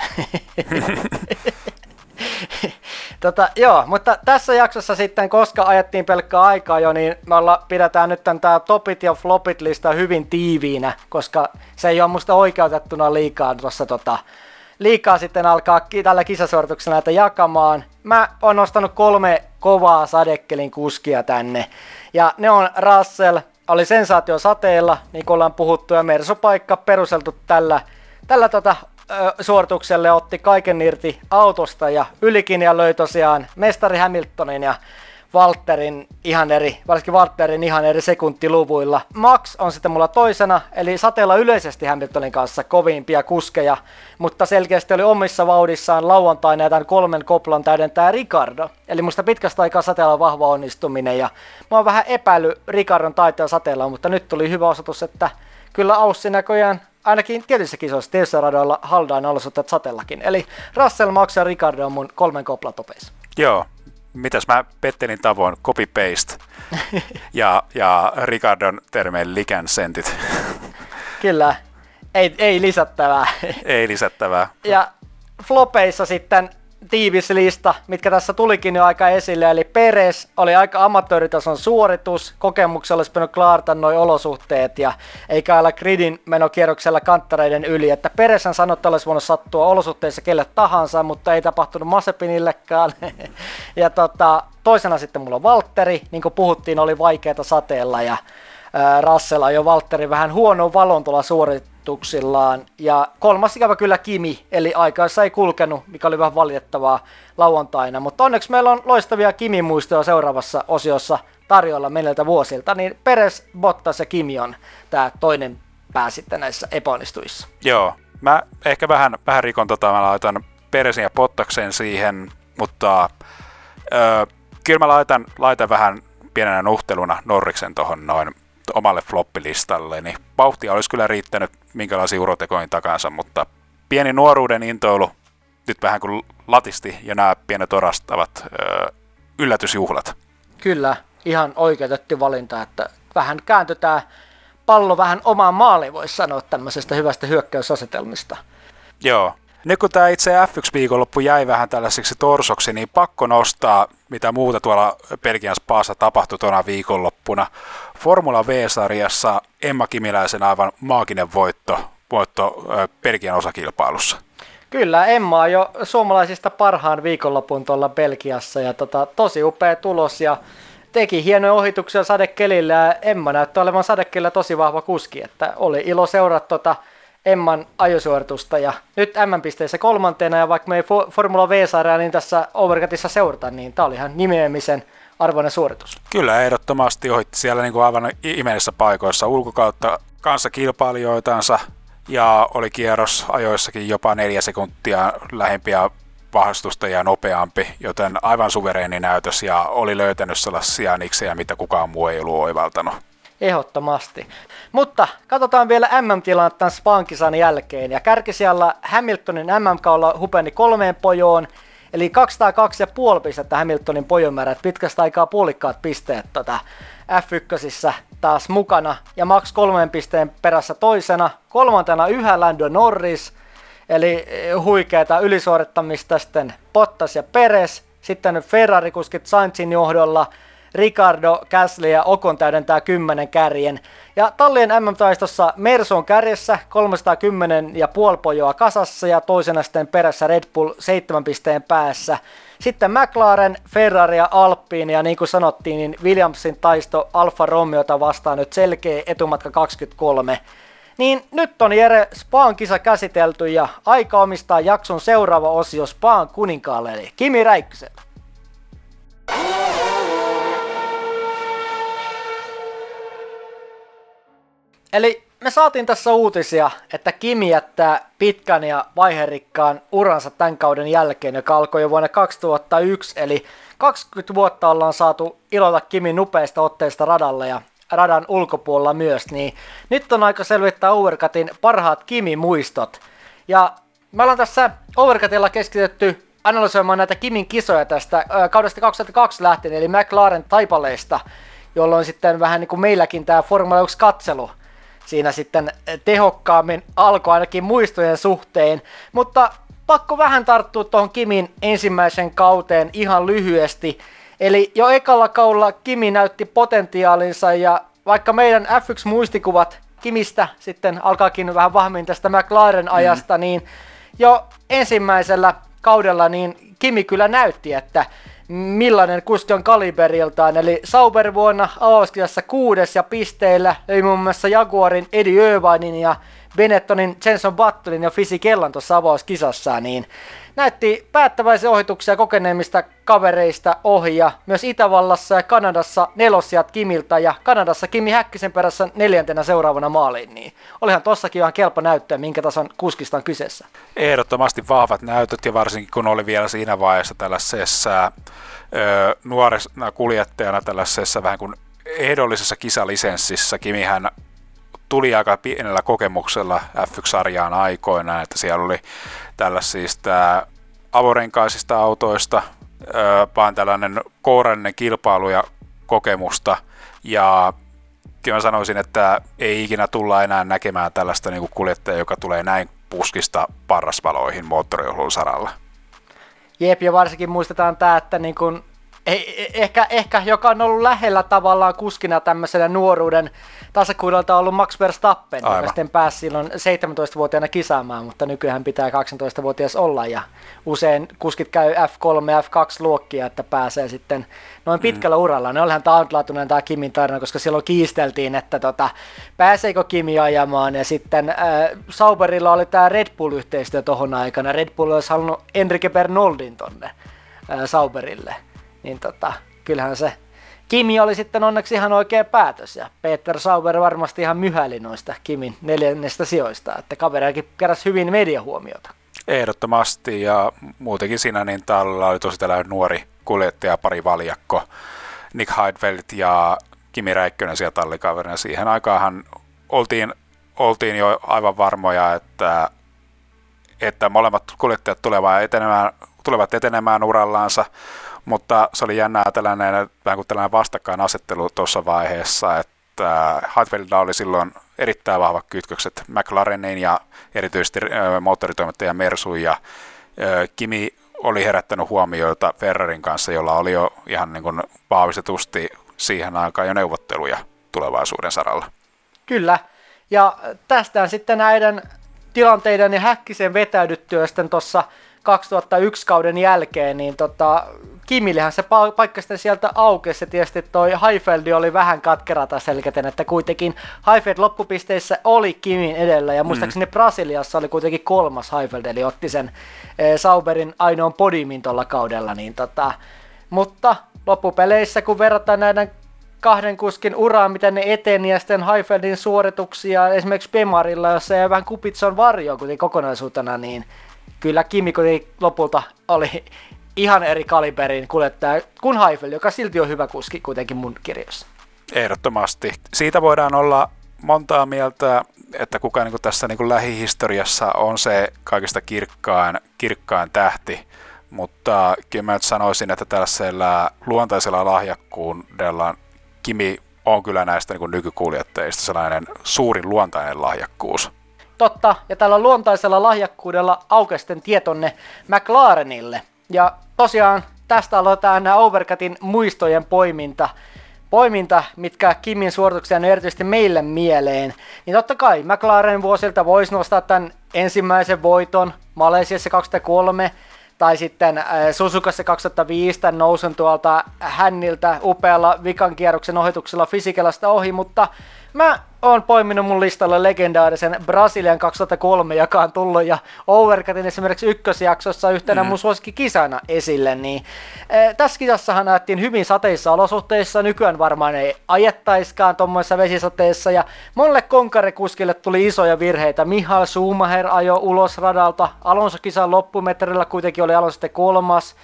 tota, joo, mutta tässä jaksossa sitten, koska ajettiin pelkkää aikaa jo, niin me olla, pidetään nyt tämä topit ja flopit lista hyvin tiiviinä, koska se ei ole musta oikeutettuna liikaa tuossa tota, liikaa sitten alkaa tällä kisasuorituksella näitä jakamaan. Mä oon nostanut kolme kovaa sadekkelin kuskia tänne, ja ne on Russell, oli sensaatio sateella, niin kuin ollaan puhuttu, ja Mersu-paikka peruseltu tällä, tällä tota, ö, suoritukselle, otti kaiken irti autosta ja ylikin, ja löi tosiaan mestari Hamiltonin ja Valtterin ihan eri, varsinkin Valtterin ihan eri sekuntiluvuilla. Max on sitten mulla toisena, eli sateella yleisesti Hamiltonin kanssa kovimpia kuskeja, mutta selkeästi oli omissa vauhdissaan lauantaina ja tämän kolmen koplan täydentää Ricardo. Eli musta pitkästä aikaa sateella on vahva onnistuminen, ja mä oon vähän epäily Ricardon taitoja sateella, mutta nyt tuli hyvä osoitus, että kyllä Aussi näköjään ainakin tietyissä kisoissa, tietyissä radoilla haldaan olosuhteet sateellakin. Eli Russell, Max ja Ricardo on mun kolmen koplatopeissa. Joo. Mitäs mä Pettelin tavoin copy-paste ja, ja Ricardon termeen likän sentit. Kyllä, ei, ei lisättävää. Ei lisättävää. Ja flopeissa sitten tiivis lista, mitkä tässä tulikin jo aika esille, eli Perez oli aika amatööritason suoritus, kokemuksella olisi pitänyt klaarata noi olosuhteet ja eikä olla gridin menokierroksella kanttareiden yli, että Perezhän sanoi, että olisi voinut sattua olosuhteissa kelle tahansa, mutta ei tapahtunut Mazepinillekaan. Ja tota, toisena sitten mulla on Valtteri, niin kuin puhuttiin, oli vaikeata sateella ja ää, Russell ajoi Valtteri vähän huonoon valon tuolla suorituksillaan. Ja kolmas ikävä kyllä Kimi, eli aikaissa ei kulkenut, mikä oli vähän valitettavaa lauantaina. Mutta onneksi meillä on loistavia Kimi-muistoja seuraavassa osiossa tarjolla menneiltä vuosilta, niin Perez, Bottas ja Kimi on tämä toinen pää sitten näissä epäonnistuissa. Joo, mä ehkä vähän, vähän rikon tota, mä laitan Perezin ja Bottaksen siihen, mutta öö, kyllä mä laitan, laitan vähän pienenä nuhteluna Norriksen tuohon noin omalle floppilistalle, niin vauhtia olisi kyllä riittänyt minkälaisia urotekoin takansa, mutta pieni nuoruuden intoilu, nyt vähän kuin latisti ja nämä pienet orastavat öö, yllätysjuhlat. Kyllä, ihan oikeutettu valinta, että vähän kääntytään pallo vähän omaan maaliin, voisi sanoa tämmöisestä hyvästä hyökkäysasetelmista. Joo. Nyt kun tämä itse F yksi viikonloppu jäi vähän tällaiseksi torsoksi, niin pakko nostaa, mitä muuta tuolla Belgian Spaassa tapahtui tuona viikonloppuna. Formula V-sarjassa Emma Kimiläisen aivan maaginen voitto, voitto Belgian osakilpailussa. Kyllä, Emma on jo suomalaisista parhaan viikonlopun tuolla Belgiassa ja tota, tosi upea tulos ja teki hienoja ohituksia sadekelillä ja Emma näyttää olevan sadekelillä tosi vahva kuski, että oli ilo seurata tota Emman ajosuoritusta ja nyt M-pisteissä kolmantena ja vaikka me ei Formula V-sarjaa niin tässä Overcutissa seurata, niin tämä oli ihan nimeämisen arvoinen suoritus. Kyllä, ehdottomasti ohitti siellä niin kuin aivan ihmeellisissä paikoissa ulkokautta kanssa kilpailijoitansa ja oli kierros ajoissakin jopa neljä sekuntia lähempiä vahvistustajia nopeampi, joten aivan suvereeni näytös ja oli löytänyt sellaisia niksejä, mitä kukaan muu ei ollut oivaltanut. Ehdottomasti. Mutta katsotaan vielä M M-tilannetta tämän Spankisan jälkeen. Ja kärkisijalla Hamiltonin M M-kaudella hupeni kolmeen pojoon, eli kaksisataakaksi pilkku viisi pistettä Hamiltonin pojomäärät, pitkästä aikaa puolikkaat pisteet tota F yksi taas mukana ja Max kolmen pisteen perässä toisena, kolmantena yhä Lando Norris, eli huikeata ylisuorittamista sitten Bottas ja Perez, sitten Ferrari-kuskit Sainzin johdolla, Ricardo, Gasly ja Ocon täydentää kymmenen kärjen. Ja tallien M M-taistossa Mersu on kärjessä kolmesataakymmenen ja puoli pojoa kasassa ja toisena sitten perässä Red Bull seitsemän pisteen päässä. Sitten McLaren, Ferrari ja Alpine ja niin kuin sanottiin, niin Williamsin taisto Alfa Romeota vastaan nyt selkeä etumatka kaksikymmentäkolme. Niin nyt on Jere Spaan kisa käsitelty ja aika omistaa jakson seuraava osio Spaan kuninkaalle eli Kimi Räikköselle. Eli me saatiin tässä uutisia, että Kimi jättää pitkän ja vaiherikkaan uransa tämän kauden jälkeen, joka alkoi jo vuonna kaksituhattayksi, eli kaksikymmentä vuotta ollaan saatu iloita Kimin upeista otteista radalle ja radan ulkopuolella myös, niin nyt on aika selvittää Overcutin parhaat Kimi-muistot. Ja me ollaan tässä Overcutilla keskitytty analysoimaan näitä Kimin kisoja tästä äh, kaudesta kaksituhattakaksi lähtien, eli McLaren taipaleista, jolloin sitten vähän niin kuin meilläkin tämä Formula yksi-katselu siinä sitten tehokkaammin alkoi ainakin muistojen suhteen, mutta pakko vähän tarttua tuohon Kimin ensimmäisen kauteen ihan lyhyesti. Eli jo ekalla kaudella Kimi näytti potentiaalinsa ja vaikka meidän F yksi muistikuvat Kimistä sitten alkaakin vähän vahvemmin tästä McLaren ajasta, mm. niin jo ensimmäisellä kaudella niin Kimi kyllä näytti, että millainen kuski on kaliberiltaan, eli Sauber vuonna avauskisassa kuudes ja pisteillä löi muun muassa Jaguarin Eddie Irvinein ja Benettonin Jenson Buttonin ja Fisikellan tuossa avauskisassa, niin näytti päättäväisiä ohituksia kokeneemmista kavereista ohi ja myös Itävallassa ja Kanadassa nelossijat Kimiltä ja Kanadassa Kimi Häkkisen perässä neljäntenä seuraavana maaliin, niin olihan tossakin ihan kelpo näyttöä, minkä tason kuskista on kyseessä. Ehdottomasti vahvat näytöt ja varsinkin kun oli vielä siinä vaiheessa tällaisessa ö, nuorena kuljettajana tällaisessa vähän kuin ehdollisessa kisalisenssissä. Kimihän tuli aika pienellä kokemuksella F yksi-sarjaan aikoinaan, että siellä oli tällaisista avorenkaisista autoista, vaan tällainen kourallinen kilpailu ja kokemusta, ja kyllä mä sanoisin, että ei ikinä tulla enää näkemään tällaista niin kuin kuljettajaa, joka tulee näin puskista parrasvaloihin moottorijohdon saralla. Jep, ja varsinkin muistetaan tämä, että niin kun, eh, ehkä, ehkä joka on ollut lähellä tavallaan kuskina tämmöisenä nuoruuden tasakuudalta ollut Max Verstappen, Aivan. joka sitten pääsi silloin seitsemäntoistavuotiaana kisaamaan, mutta nykyään pitää kahdeksantoistavuotias olla ja usein kuskit käy F kolme ja F kaksi luokkia, että pääsee sitten noin pitkällä mm. uralla. Ne olihan tämä ainutlaatuinen tämä Kimin tarina, koska silloin kiisteltiin, että tota, pääseekö Kimi ajamaan ja sitten äh, Sauberilla oli tämä Red Bull-yhteistyö tohon aikana. Red Bull olisi halunnut Enrique Bernoldin tonne äh, Sauberille, niin tota, kyllähän se Kimi oli sitten onneksi ihan oikea päätös ja Peter Sauber varmasti ihan myhäili noista Kimin neljännestä sijoista, että kaveriakin keräsi hyvin mediahuomiota. Ehdottomasti ja muutenkin siinä niin täällä oli tosi tällainen nuori kuljettaja, pari valjakko, Nick Heidfeld ja Kimi Räikkönen siellä tallikaverina. Siihen aikaanhan oltiin, oltiin jo aivan varmoja, että, että molemmat kuljettajat tulevat etenemään, tulevat etenemään urallansa. Mutta se oli jännää tällainen, vähän kuin tällainen vastakkainasettelu tuossa vaiheessa, että Heidfeldillä oli silloin erittäin vahvat kytkökset McLarenin ja erityisesti moottoritoimittaja Mersuun, ja Kimi oli herättänyt huomioita Ferrarin kanssa, jolla oli jo ihan niin kuin vahvistetusti siihen aikaan jo neuvotteluja tulevaisuuden saralla. Kyllä, ja tästä sitten näiden tilanteiden ja Häkkisen vetäydyttyä sitten tuossa kaksituhattayksi kauden jälkeen, niin tota, Kimillehän se paikka sitten sieltä aukesi, ja tietysti toi Heidfeld oli vähän katkerata selkäten, että kuitenkin Heidfeld loppupisteissä oli Kimin edellä, ja muistaakseni mm. Brasiliassa oli kuitenkin kolmas Heidfeld, eli otti sen e, Sauberin ainoan podiumin tuolla kaudella, niin tota, mutta loppupeleissä, kun verrataan näiden kahden kuskin uraa, miten ne eteni, ja sitten Heidfeldin suorituksia esimerkiksi Bemarilla, jossa ei vähän Kupitson varjoa kuitenkin kokonaisuutena, niin kyllä Kimi kuitenkin lopulta oli ihan eri kaliberin kuljettaja kuin Heidfeld, joka silti on hyvä kuski kuitenkin mun kirjoissa. Ehdottomasti. Siitä voidaan olla montaa mieltä, että kuka niin kuin tässä niin kuin lähihistoriassa on se kaikista kirkkain, kirkkain tähti, mutta kyllä mä nyt sanoisin, että tällaisella luontaisella lahjakkuudella Kimi on kyllä näistä niin kuin nykykuljettajista sellainen suurin luontainen lahjakkuus. Totta, ja tällä luontaisella lahjakkuudella aukesten tietonne McLarenille. Ja tosiaan tästä aloitetaan nämä Overcutin muistojen poiminta, poiminta, mitkä Kimin suorituksia on erityisesti meille mieleen. Niin totta kai McLaren vuosilta voisi nostaa tämän ensimmäisen voiton Malesiassa kaksituhattakolme, tai sitten Suzukassa kaksituhattaviisi tämän nousun tuolta hänniltä upealla vikan kierroksen ohituksella Fisikelasta ohi, mutta mä oon poiminut mun listalle legendaarisen Brasilian kaksituhattakolme, joka on tullut ja Overcutin esimerkiksi ykkösjaksossa yhtenä mm. mun suosikkikisana esille, niin e, tässä kisassahan ajettiin hyvin sateissa olosuhteissa, nykyään varmaan ei ajettaiskaan tuommoisessa vesisateessa, ja monelle konkarekuskille tuli isoja virheitä. Michael Schumacher ajoi ulos radalta, Alonso kisan loppumetrillä kuitenkin oli Alonso sitten kolmas,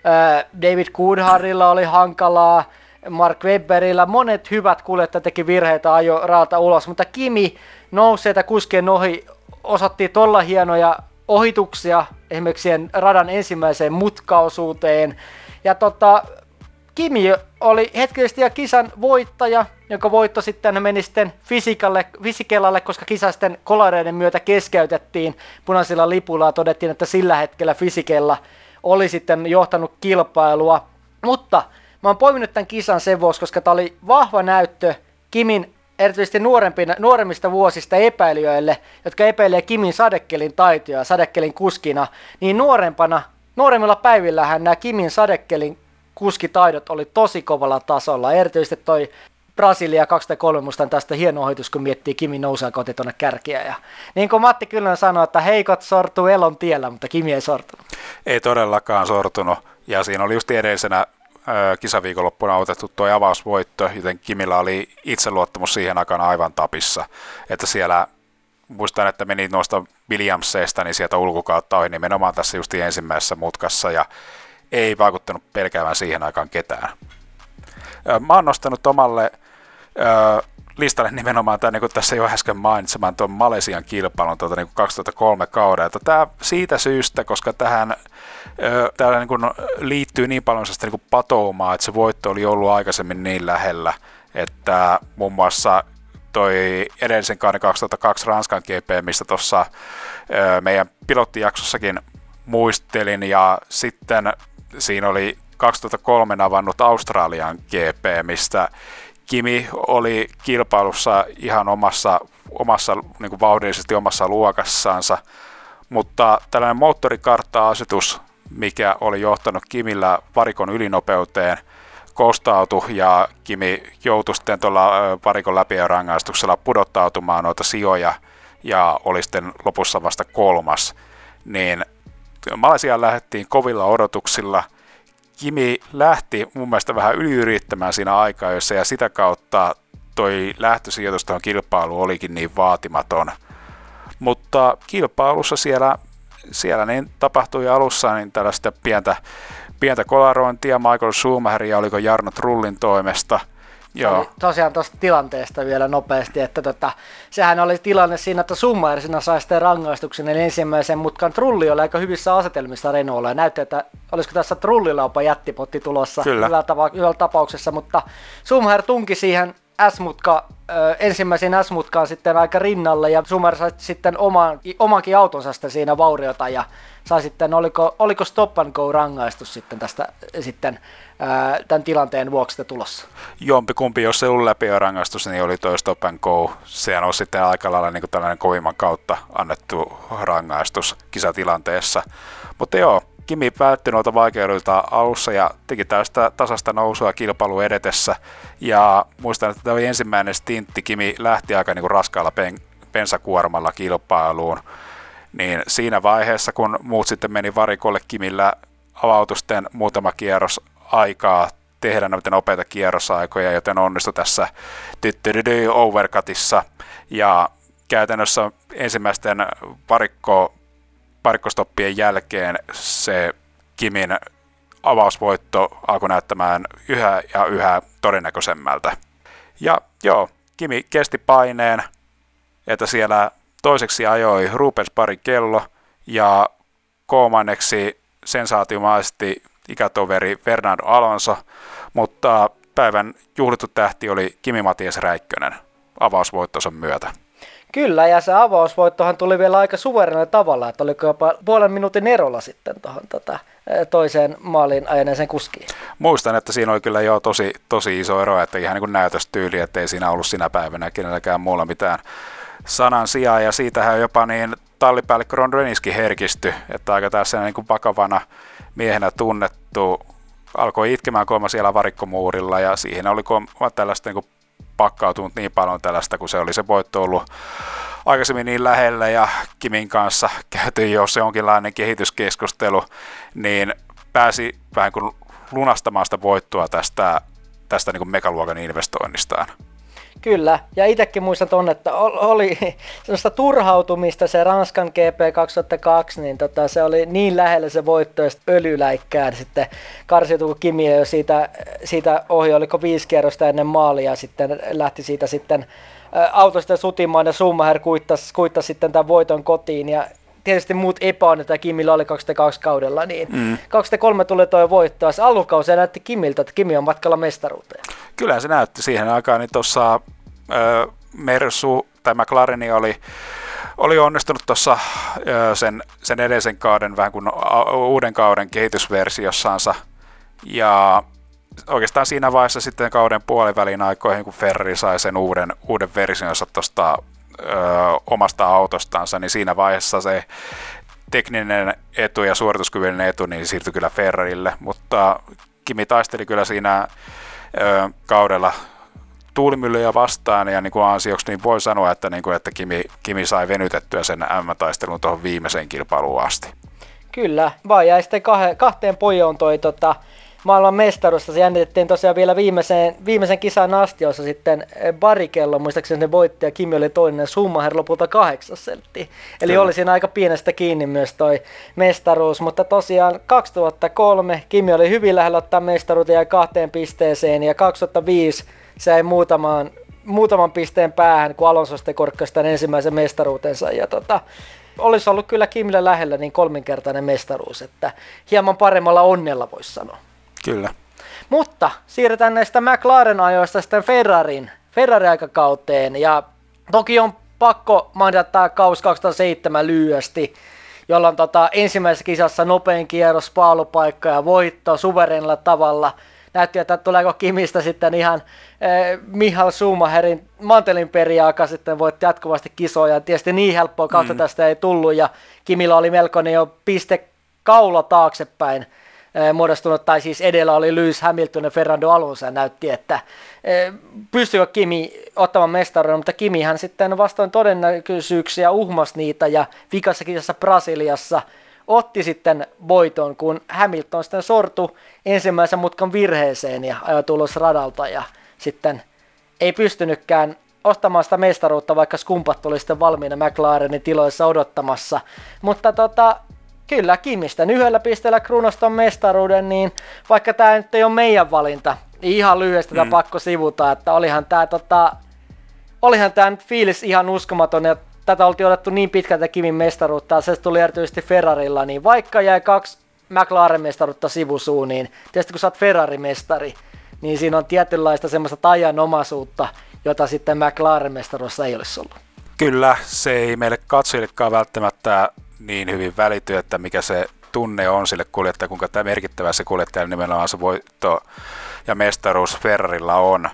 David Coulthardilla oli hankalaa, Mark Webberillä, monet hyvät kuljettajat teki virheitä ajo raalta ulos, mutta Kimi nousi sieltä kuskien ohi, osattiin tolla hienoja ohituksia esimerkiksi siihen radan ensimmäiseen mutkaosuuteen, ja tota, Kimi oli hetkellisesti ja kisan voittaja, jonka voitto sitten meni sitten Fisikalle, Fisikelalle, koska kisa sitten kolareiden myötä keskeytettiin punaisilla lipuilla ja todettiin, että sillä hetkellä Fisikella oli sitten johtanut kilpailua, mutta mä oon poiminut tämän kisan sen vuoksi, koska tämä oli vahva näyttö Kimin erityisesti nuoremmista vuosista epäilijöille, jotka epäilee Kimin sadekelin taitoja sadekelin kuskina, niin nuorempana, nuoremmilla päivillähän nämä Kimin sadekelin kuskitaidot oli tosi kovalla tasolla. Erityisesti toi Brasilia kaksituhattakolme, musta on tästä hieno ohitus, kun miettii Kimi nousee koti tuonne kärkiä. Ja niin kuin Matti Kyllönen sanoi, että heikot sortuu elon tiellä, mutta Kimi ei sortunut. Ei todellakaan sortunut, ja siinä oli just edellisenä kisaviikonloppuna otettu tuo avausvoitto, joten Kimillä oli itseluottamus siihen aikana aivan tapissa, että siellä muistan, että meni noista Williamseista niin sieltä ulkokautta ohi nimenomaan tässä just ensimmäisessä mutkassa ja ei vaikuttanut pelkäävän siihen aikaan ketään. Mä oon nostanut omalle listalle nimenomaan tämän, niin kuin tässä jo äsken mainitsemaan, tuon Malesian kilpailun tuota, niin kaksituhattakolme kaudelta. Tämä siitä syystä, koska tähän täällä niin kuin liittyy niin paljon sitä niin patoumaa, että se voitto oli ollut aikaisemmin niin lähellä, että muun muassa toi edellisen kauden kaksituhattakaksi Ranskan G P, mistä tuossa meidän pilottijaksossakin muistelin, ja sitten siinä oli kaksituhattakolme avannut Australian G P, mistä Kimi oli kilpailussa ihan omassa, omassa niin kuin vauhdillisesti omassa luokassansa, mutta tällainen moottorikartta-asetus, mikä oli johtanut Kimillä varikon ylinopeuteen, kostautui ja Kimi joutui sitten tuolla varikon läpirangaistuksella pudottautumaan noita sijoja ja oli sitten lopussa vasta kolmas, niin Malesiaan lähdettiin kovilla odotuksilla. Kimi lähti mun mielestä vähän yliyrittämään siinä aikaa, jossa ja sitä kautta toi lähtösijoitus tuohon kilpailuun olikin niin vaatimaton. Mutta kilpailussa siellä, siellä niin tapahtui alussa niin tällaista pientä, pientä kolarointia Michael Schumacherin ja oliko Jarno Trullin toimesta. Joo. Tosiaan tuosta tilanteesta vielä nopeasti, että tota, sehän oli tilanne siinä, että Schumacher siinä sai sitten rangaistuksen, eli ensimmäisen mutkan Trulli oli aika hyvissä asetelmissa Renaultilla, ja näytti, että olisiko tässä Trullilla jopa jättipotti tulossa hyvällä, tapa- hyvällä tapauksessa, mutta Schumacher tunki siihen S-mutka, ö, ensimmäisen S-mutkaan sitten aika rinnalle, ja Schumacher sai sitten oman, omankin autonsa sitten siinä vauriota, ja sai sitten, oliko, oliko stop and go rangaistus sitten tästä sitten ää, tämän tilanteen vuoksi tulossa? Jompikumpi, jos se oli läpi rangaistus, niin oli toi stop and go. Sehän on sitten aika lailla niin kuin tällainen kovimman kautta annettu rangaistus kisatilanteessa. Mutta joo, Kimi päätti noita vaikeudelta alussa ja teki tästä tasasta nousua kilpailu edetessä. Ja muistan, että tämä oli ensimmäinen stintti. Kimi lähti aika niin kuin raskaalla pen, bensakuormalla kilpailuun. Niin siinä vaiheessa, kun muut sitten meni varikolle, Kimillä avautui sitten muutama kierros aikaa tehdä näitä nopeita kierrosaikoja, joten onnistui tässä Overcutissa. Ja käytännössä ensimmäisten varikko, varikkostoppien jälkeen se Kimin avausvoitto alkoi näyttämään yhä ja yhä todennäköisemmältä. Ja joo, Kimi kesti paineen, että siellä toiseksi ajoi Rubens Barrichello ja kolmanneksi sensaatiomaisesti ikätoveri Fernando Alonso, mutta päivän juhlittu tähti oli Kimi Matias Räikkönen avausvoittonsa myötä. Kyllä, ja se avausvoittohan tuli vielä aika suverenilla tavalla, että oliko jopa puolen minuutin erolla sitten tuohon tota, toiseen maaliin ajaneeseen kuskiin. Muistan, että siinä oli kyllä jo tosi, tosi iso ero, että ihan niin kuin näytöstyyli, että ei siinä ollut sinä päivänä kenelläkään muulla mitään sanan sijaa, ja siitähän jopa niin tallipäällikkö Ron Denniskin herkistyi, että aika tässä niin kuin vakavana miehenä tunnettu, alkoi itkemään kolma siellä varikkomuurilla, ja siihen oli tällaista niin kuin pakkautunut niin paljon tällaista, kun se oli se voitto ollut aikaisemmin niin lähellä, ja Kimin kanssa käytiin jo se jonkinlainen kehityskeskustelu, niin pääsi vähän kuin lunastamaan sitä voittoa tästä, tästä niin kuin megaluokan investoinnistaan. Kyllä, ja itsekin muistan tuonne, että oli sellaista turhautumista se Ranskan G P kaksituhattakaksi, niin tota, se oli niin lähellä se voitto, ja sitten öljyläikkään sitten karsiutui Kimi jo siitä, siitä ohi, oliko viisi kierrosta ennen maalia, ja sitten lähti siitä sitten autosta sutimaan, ja Schumacher kuittasi, kuittasi sitten tämän voiton kotiin, ja tietysti muut epäonnit, ja Kimillä oli kaksituhattakaksi kaudella, niin mm. kaksituhattakolme tuli tuo voitto, ja se alkukausi näytti Kimiltä, että Kimi on matkalla mestaruuteen. Kyllä se näytti siihen aikaan, niin tuossa Mersu tai McLaren oli, oli onnistunut tuossa sen, sen edellisen kauden vähän kuin uuden kauden kehitysversiossansa, ja oikeastaan siinä vaiheessa sitten kauden puolivälin aikoihin, kun Ferrari sai sen uuden, uuden versionsa tuosta omasta autostansa, niin siinä vaiheessa se tekninen etu ja suorituskyvyllinen etu niin siirtyi kyllä Ferrarille, mutta Kimi taisteli kyllä siinä ö, kaudella tuulimyllyjä vastaan, ja niin kuin ansioksi niin voi sanoa, että, niin kuin, että Kimi, Kimi sai venytettyä sen M M-taistelun tuohon viimeiseen kilpailuun asti. Kyllä, vaan jäi sitten kah- kahteen pojoon toi tota, maailman mestaruudesta. Se jännitettiin tosiaan vielä viimeiseen, viimeisen kisan asti, jossa sitten Barrichello, muistaakseni ne voitti, ja Kimi oli toinen, ja Schumacher lopulta kahdeksas seltti. Eli Kyllä. oli siinä aika pienestä kiinni myös toi mestaruus, mutta tosiaan kaksituhattakolme Kimi oli hyvin lähellä ottaa mestaruuden ja kahteen pisteeseen, ja kaksituhattaviisi se jäi muutamaan, muutaman pisteen päähän, kun Alonso sitten korkkasi tämän ensimmäisen mestaruutensa, ja tota, olisi ollut kyllä Kimille lähellä niin kolminkertainen mestaruus, että hieman paremmalla onnella voisi sanoa. Kyllä. Mutta siirretään näistä McLaren-ajoista sitten Ferrarin, Ferrari-aikakauteen, ja toki on pakko mainita tämä kausi kaksituhattaseitsemän lyhyesti, jolloin tota, ensimmäisessä kisassa nopein kierros, paalupaikka ja voitto suvereenilla tavalla. Näytti, että tuleeko Kimistä sitten ihan eh, Michael Schumacherin mantelin perijä, joka sitten voitti jatkuvasti kisoja. Tietysti niin helppoa kautta mm. tästä ei tullut, ja Kimillä oli melkoinen jo piste kaula taaksepäin eh, muodostunut, tai siis edellä oli Lewis Hamilton ja Fernando Alonso, ja näytti, että eh, pystyykö Kimi ottamaan mestaruuden, mutta Kimihän sitten vastoin todennäköisyyksiä uhmasi niitä, ja vikassa kisassa Brasiliassa otti sitten voiton, kun Hamilton sitten sortui ensimmäisen mutkan virheeseen ja ajoi tulos radalta, ja sitten ei pystynytkään ostamaan sitä mestaruutta, vaikka skumpat oli sitten valmiina McLarenin tiloissa odottamassa. Mutta tota, kyllä Kimistä yhdellä pisteellä kruunaston mestaruuden, niin vaikka tämä nyt ei ole meidän valinta, niin ihan lyhyesti mm. pakko sivuta, että olihan tämä tota, olihan tämä nyt fiilis ihan uskomaton, ja tätä oltiin odotettu niin pitkältä Kimin mestaruutta, ja se tuli erityisesti Ferrarilla, niin vaikka jäi kaksi McLaren-mestaruutta sivusuun, niin tietysti kun sä oot Ferrari-mestari, niin siinä on tietynlaista semmoista tajanomaisuutta, jota sitten McLaren-mestaruudessa ei olisi ollut. Kyllä, se ei meille katsojillekaan välttämättä niin hyvin välity, että mikä se tunne on sille kuljettajalle, kuinka tämä merkittävä se kuljettajalle nimenomaan se voitto ja mestaruus Ferrarilla on.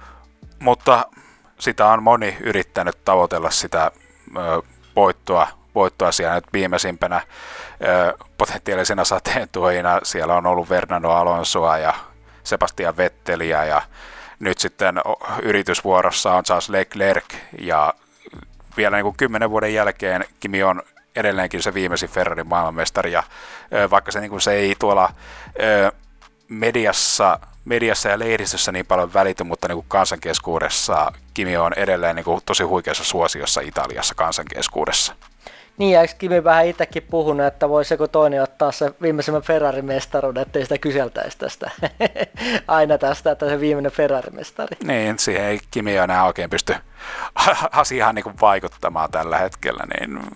Mutta sitä on moni yrittänyt tavoitella sitä ö, voittoa, voittoa siellä nyt viimeisimpänä ö, potentiaalisena sateentuojina. Siellä on ollut Fernando Alonsoa ja Sebastian Vetteliä, ja nyt sitten yritysvuorossa on Charles Leclerc, ja vielä niin kuin kymmenen vuoden jälkeen Kimi on edelleenkin se viimeisin Ferrarin maailmanmestari, ja ö, vaikka se, niin kuin se ei tuolla ö, mediassa, mediassa ja lehdistössä niin paljon välity, mutta niin kuin kansankeskuudessa Kimi on edelleen niin kuin tosi huikeassa suosiossa Italiassa kansankeskuudessa. Niin, ja eikö Kimi vähän itsekin puhunut, että voisi joku toinen ottaa se viimeisemmän Ferrari-mestaruuden, ettei sitä kyseltäisi tästä aina tästä, että se viimeinen Ferrari-mestari. Niin, siihen ei Kimi enää oikein pysty asiaan niin kuin vaikuttamaan tällä hetkellä, niin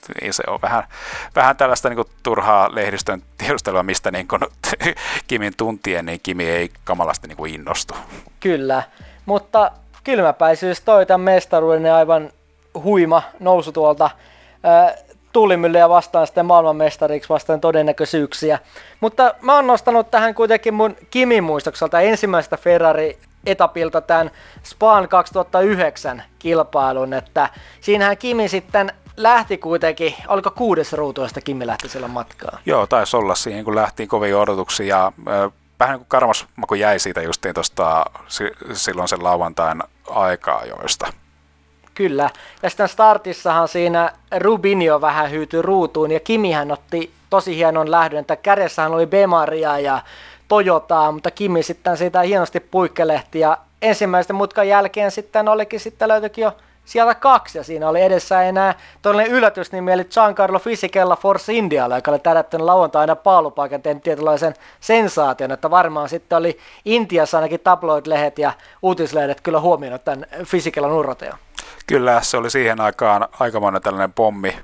niin se on vähän, vähän tällaista niin kuin turhaa lehdistön tiedustelua, mistä niin kuin, Kimin tuntien, niin Kimi ei kamalasti niin kuin innostu. Kyllä, mutta kylmäpäisyys toi tämän mestaruuden aivan huima nousu tuolta äh, tuulimyllyjä vastaan sitten maailmanmestariksi vastaan todennäköisyyksiä. Mutta mä oon nostanut tähän kuitenkin mun Kimin muistokselta ensimmäistä Ferrari-etapilta tämän Span kaksituhattayhdeksän kilpailun, että siinähän Kimi sitten lähti kuitenkin, oliko kuudes ruutuista Kimi lähti silloin matkaan? Joo, taisi olla siihen, kun lähtiin kovin odotuksia ja äh, vähän niin kuin karmas maku jäi siitä justiin tuosta silloin sen lauantain aikaa joista. Kyllä, ja sitten startissahan siinä Rubinho vähän hyytyi ruutuun, ja Kimihän otti tosi hienon lähdön, että kädessähän oli Bemaria ja Toyotaa, mutta Kimi sitten siitä hienosti puikkelehti, ja ensimmäisten mutkan jälkeen sitten olikin sitten löytyikin jo sieltä kaksi, ja siinä oli edessä enää todellinen yllätysnimi, eli Giancarlo Fisichella Force Indialla, joka oli tärättänyt lauantaina paalupaikan, tehnyt tietynlaisen sensaation, että varmaan sitten oli Intiassa ainakin tabloid-lehdet ja uutislehdet kyllä huomioinut tämän Fisichellan urroteon. Kyllä, se oli siihen aikaan aikamoinen tällainen pommi.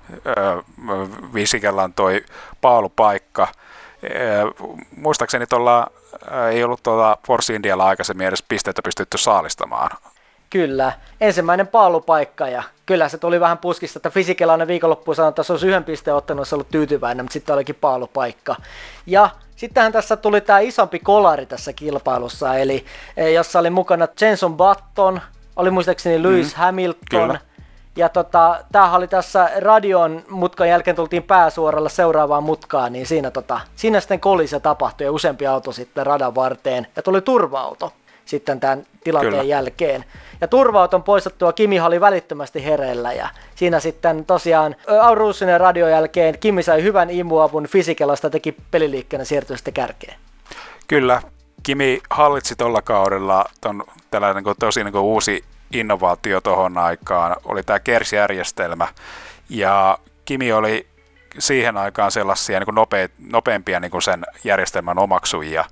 Fisichellan toi paalupaikka. Muistaakseni tuolla ei ollut tuolla Force Indialla aikaisemmin edes pisteitä pystytty saalistamaan. Kyllä, ensimmäinen paalupaikka ja kyllä se tuli vähän puskista, että Fisichella aina viikonloppuun sanoi, että se olisi yhden pisteen ottanut, olisi ollut tyytyväinen, mutta sitten olikin paalupaikka. Ja sittenhän tässä tuli tämä isompi kolari tässä kilpailussa, eli jossa oli mukana Jenson Button, oli muistaakseni Lewis mm, Hamilton, kyllä. Ja tota, tämähän oli tässä radion mutkan jälkeen tultiin pääsuoralla seuraavaan mutkaan, niin siinä, tota, siinä sitten kolise tapahtui ja useampi auto sitten radan varteen ja tuli turva-auto sitten tämän tilanteen Kyllä. jälkeen. Ja turva-auton poistettua Kimi oli välittömästi hereillä ja siinä sitten tosiaan Auruusinen radion jälkeen Kimi sai hyvän imuavun, Fisichellasta teki peliliikkeenä siirtyi sitten kärkeen. Kyllä, Kimi hallitsi tuolla kaudella ton, tällainen niin tosi niin uusi innovaatio tuohon aikaan, oli tämä Kers-järjestelmä ja Kimi oli siihen aikaan sellaisia niin nope, nopeampia niin sen järjestelmän omaksujia,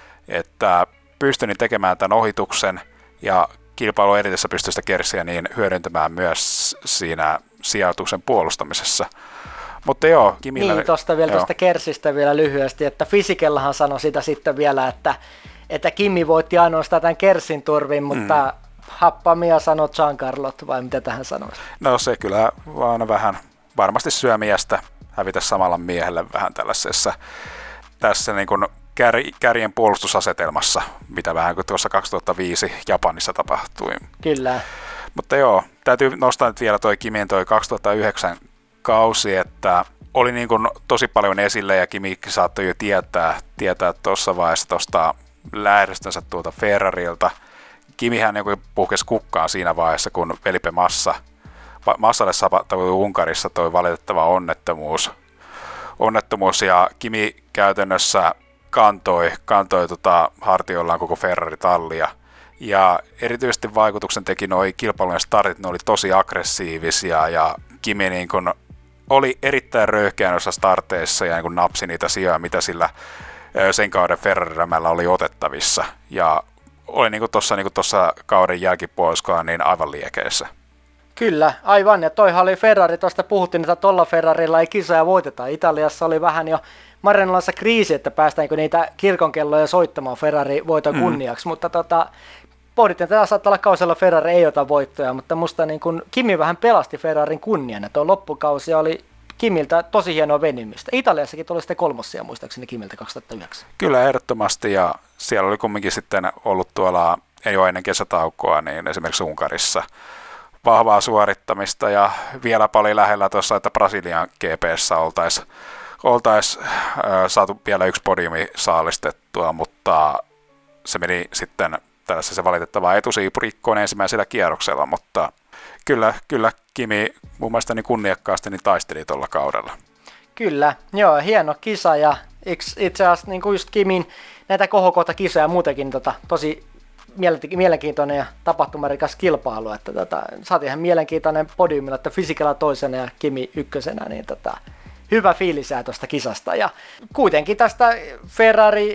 että pystyi tekemään tämän ohituksen ja kilpailu edetessä pystyi sitä Kersiä niin hyödyntämään myös siinä sijoituksen puolustamisessa. Mutta joo, Kimillä... Niin, tuosta vielä tuosta Kersistä vielä lyhyesti, että Fisichellahan sanoi sitä sitten vielä, että, että Kimi voitti ainoastaan tämän Kersin turvin, mutta mm. happamia sanoi Giancarlot, vai mitä tähän sanoisi? No se kyllä vaan vähän varmasti syömiestä hävitä samalla miehelle vähän tällaisessa tässä niin kuin kär, kärjen puolustusasetelmassa, mitä vähän kuin tuossa kaksituhattaviisi Japanissa tapahtui. Kyllä. Mutta joo, täytyy nostaa nyt vielä toi Kimin toi kaksituhattayhdeksän kausi, että oli niin kuin tosi paljon esille ja Kimi saattoi jo tietää, tietää tuossa vaiheessa tuosta lähdöstönsä tuolta Ferrarilta. Kimihän niin puhkesi kukkaan siinä vaiheessa, kun Felipe Massa, Massalle tapahtui Unkarissa toi valitettava onnettomuus. onnettomuus ja Kimi käytännössä kantoi, kantoi tota hartioillaan koko Ferrari-tallia. Ja erityisesti vaikutuksen teki nuo kilpailujen startit, ne oli tosi aggressiivisia ja Kimi niin kun oli erittäin röyhkeä noissa starteissa ja niin kun napsi niitä sijoja, mitä sillä sen kauden Ferrari-rämällä oli otettavissa. Ja oli niin kuin tuossa niin kauden jälkipuoliskolla niin aivan liekeissä. Kyllä, aivan. Ja toihan oli Ferrari, tuosta puhuttiin, että tuolla Ferrarilla ei kisoja voiteta. Italiassa oli vähän jo Maranellassa kriisi, että päästäänkö niitä kirkonkelloja soittamaan Ferrari-voiton mm. kunniaksi, mutta tota, pohdittiin, että tämä saattaa olla kausella Ferrari ei ota voittoja, mutta musta niin kun Kimi vähän pelasti Ferrarin kunnian, että tuo loppukausi oli Kimiltä tosi hienoa venymistä. Italiassakin tuli sitten kolmossia muistaakseni Kimiltä kaksituhattayhdeksän. Kyllä, ehdottomasti, ja siellä oli kumminkin sitten ollut tuolla, ei ole ennen kesätaukoa, niin esimerkiksi Unkarissa vahvaa suorittamista, ja vielä paljon lähellä tuossa, että Brasilian G P:ssä oltaisiin oltais, äh, saatu vielä yksi podiumi saalistettua, mutta se meni sitten tällaisessa se valitettava etusiipurikkoon ensimmäisellä kierroksella, mutta kyllä, kyllä Kimi mun mielestä niin kunniakkaasti niin taisteli tuolla kaudella. Kyllä, joo, hieno kisa ja itse asiassa niin kuin just Kimin näitä kohokohtakisoja muutenkin tota, tosi mielenkiintoinen ja tapahtumarikas kilpailu, että tota, saatiin ihan mielenkiintoinen podiumilla, että Fisichella toisena ja Kimi ykkösenä, niin tota, hyvä fiilisää tuosta kisasta ja kuitenkin tästä Ferrari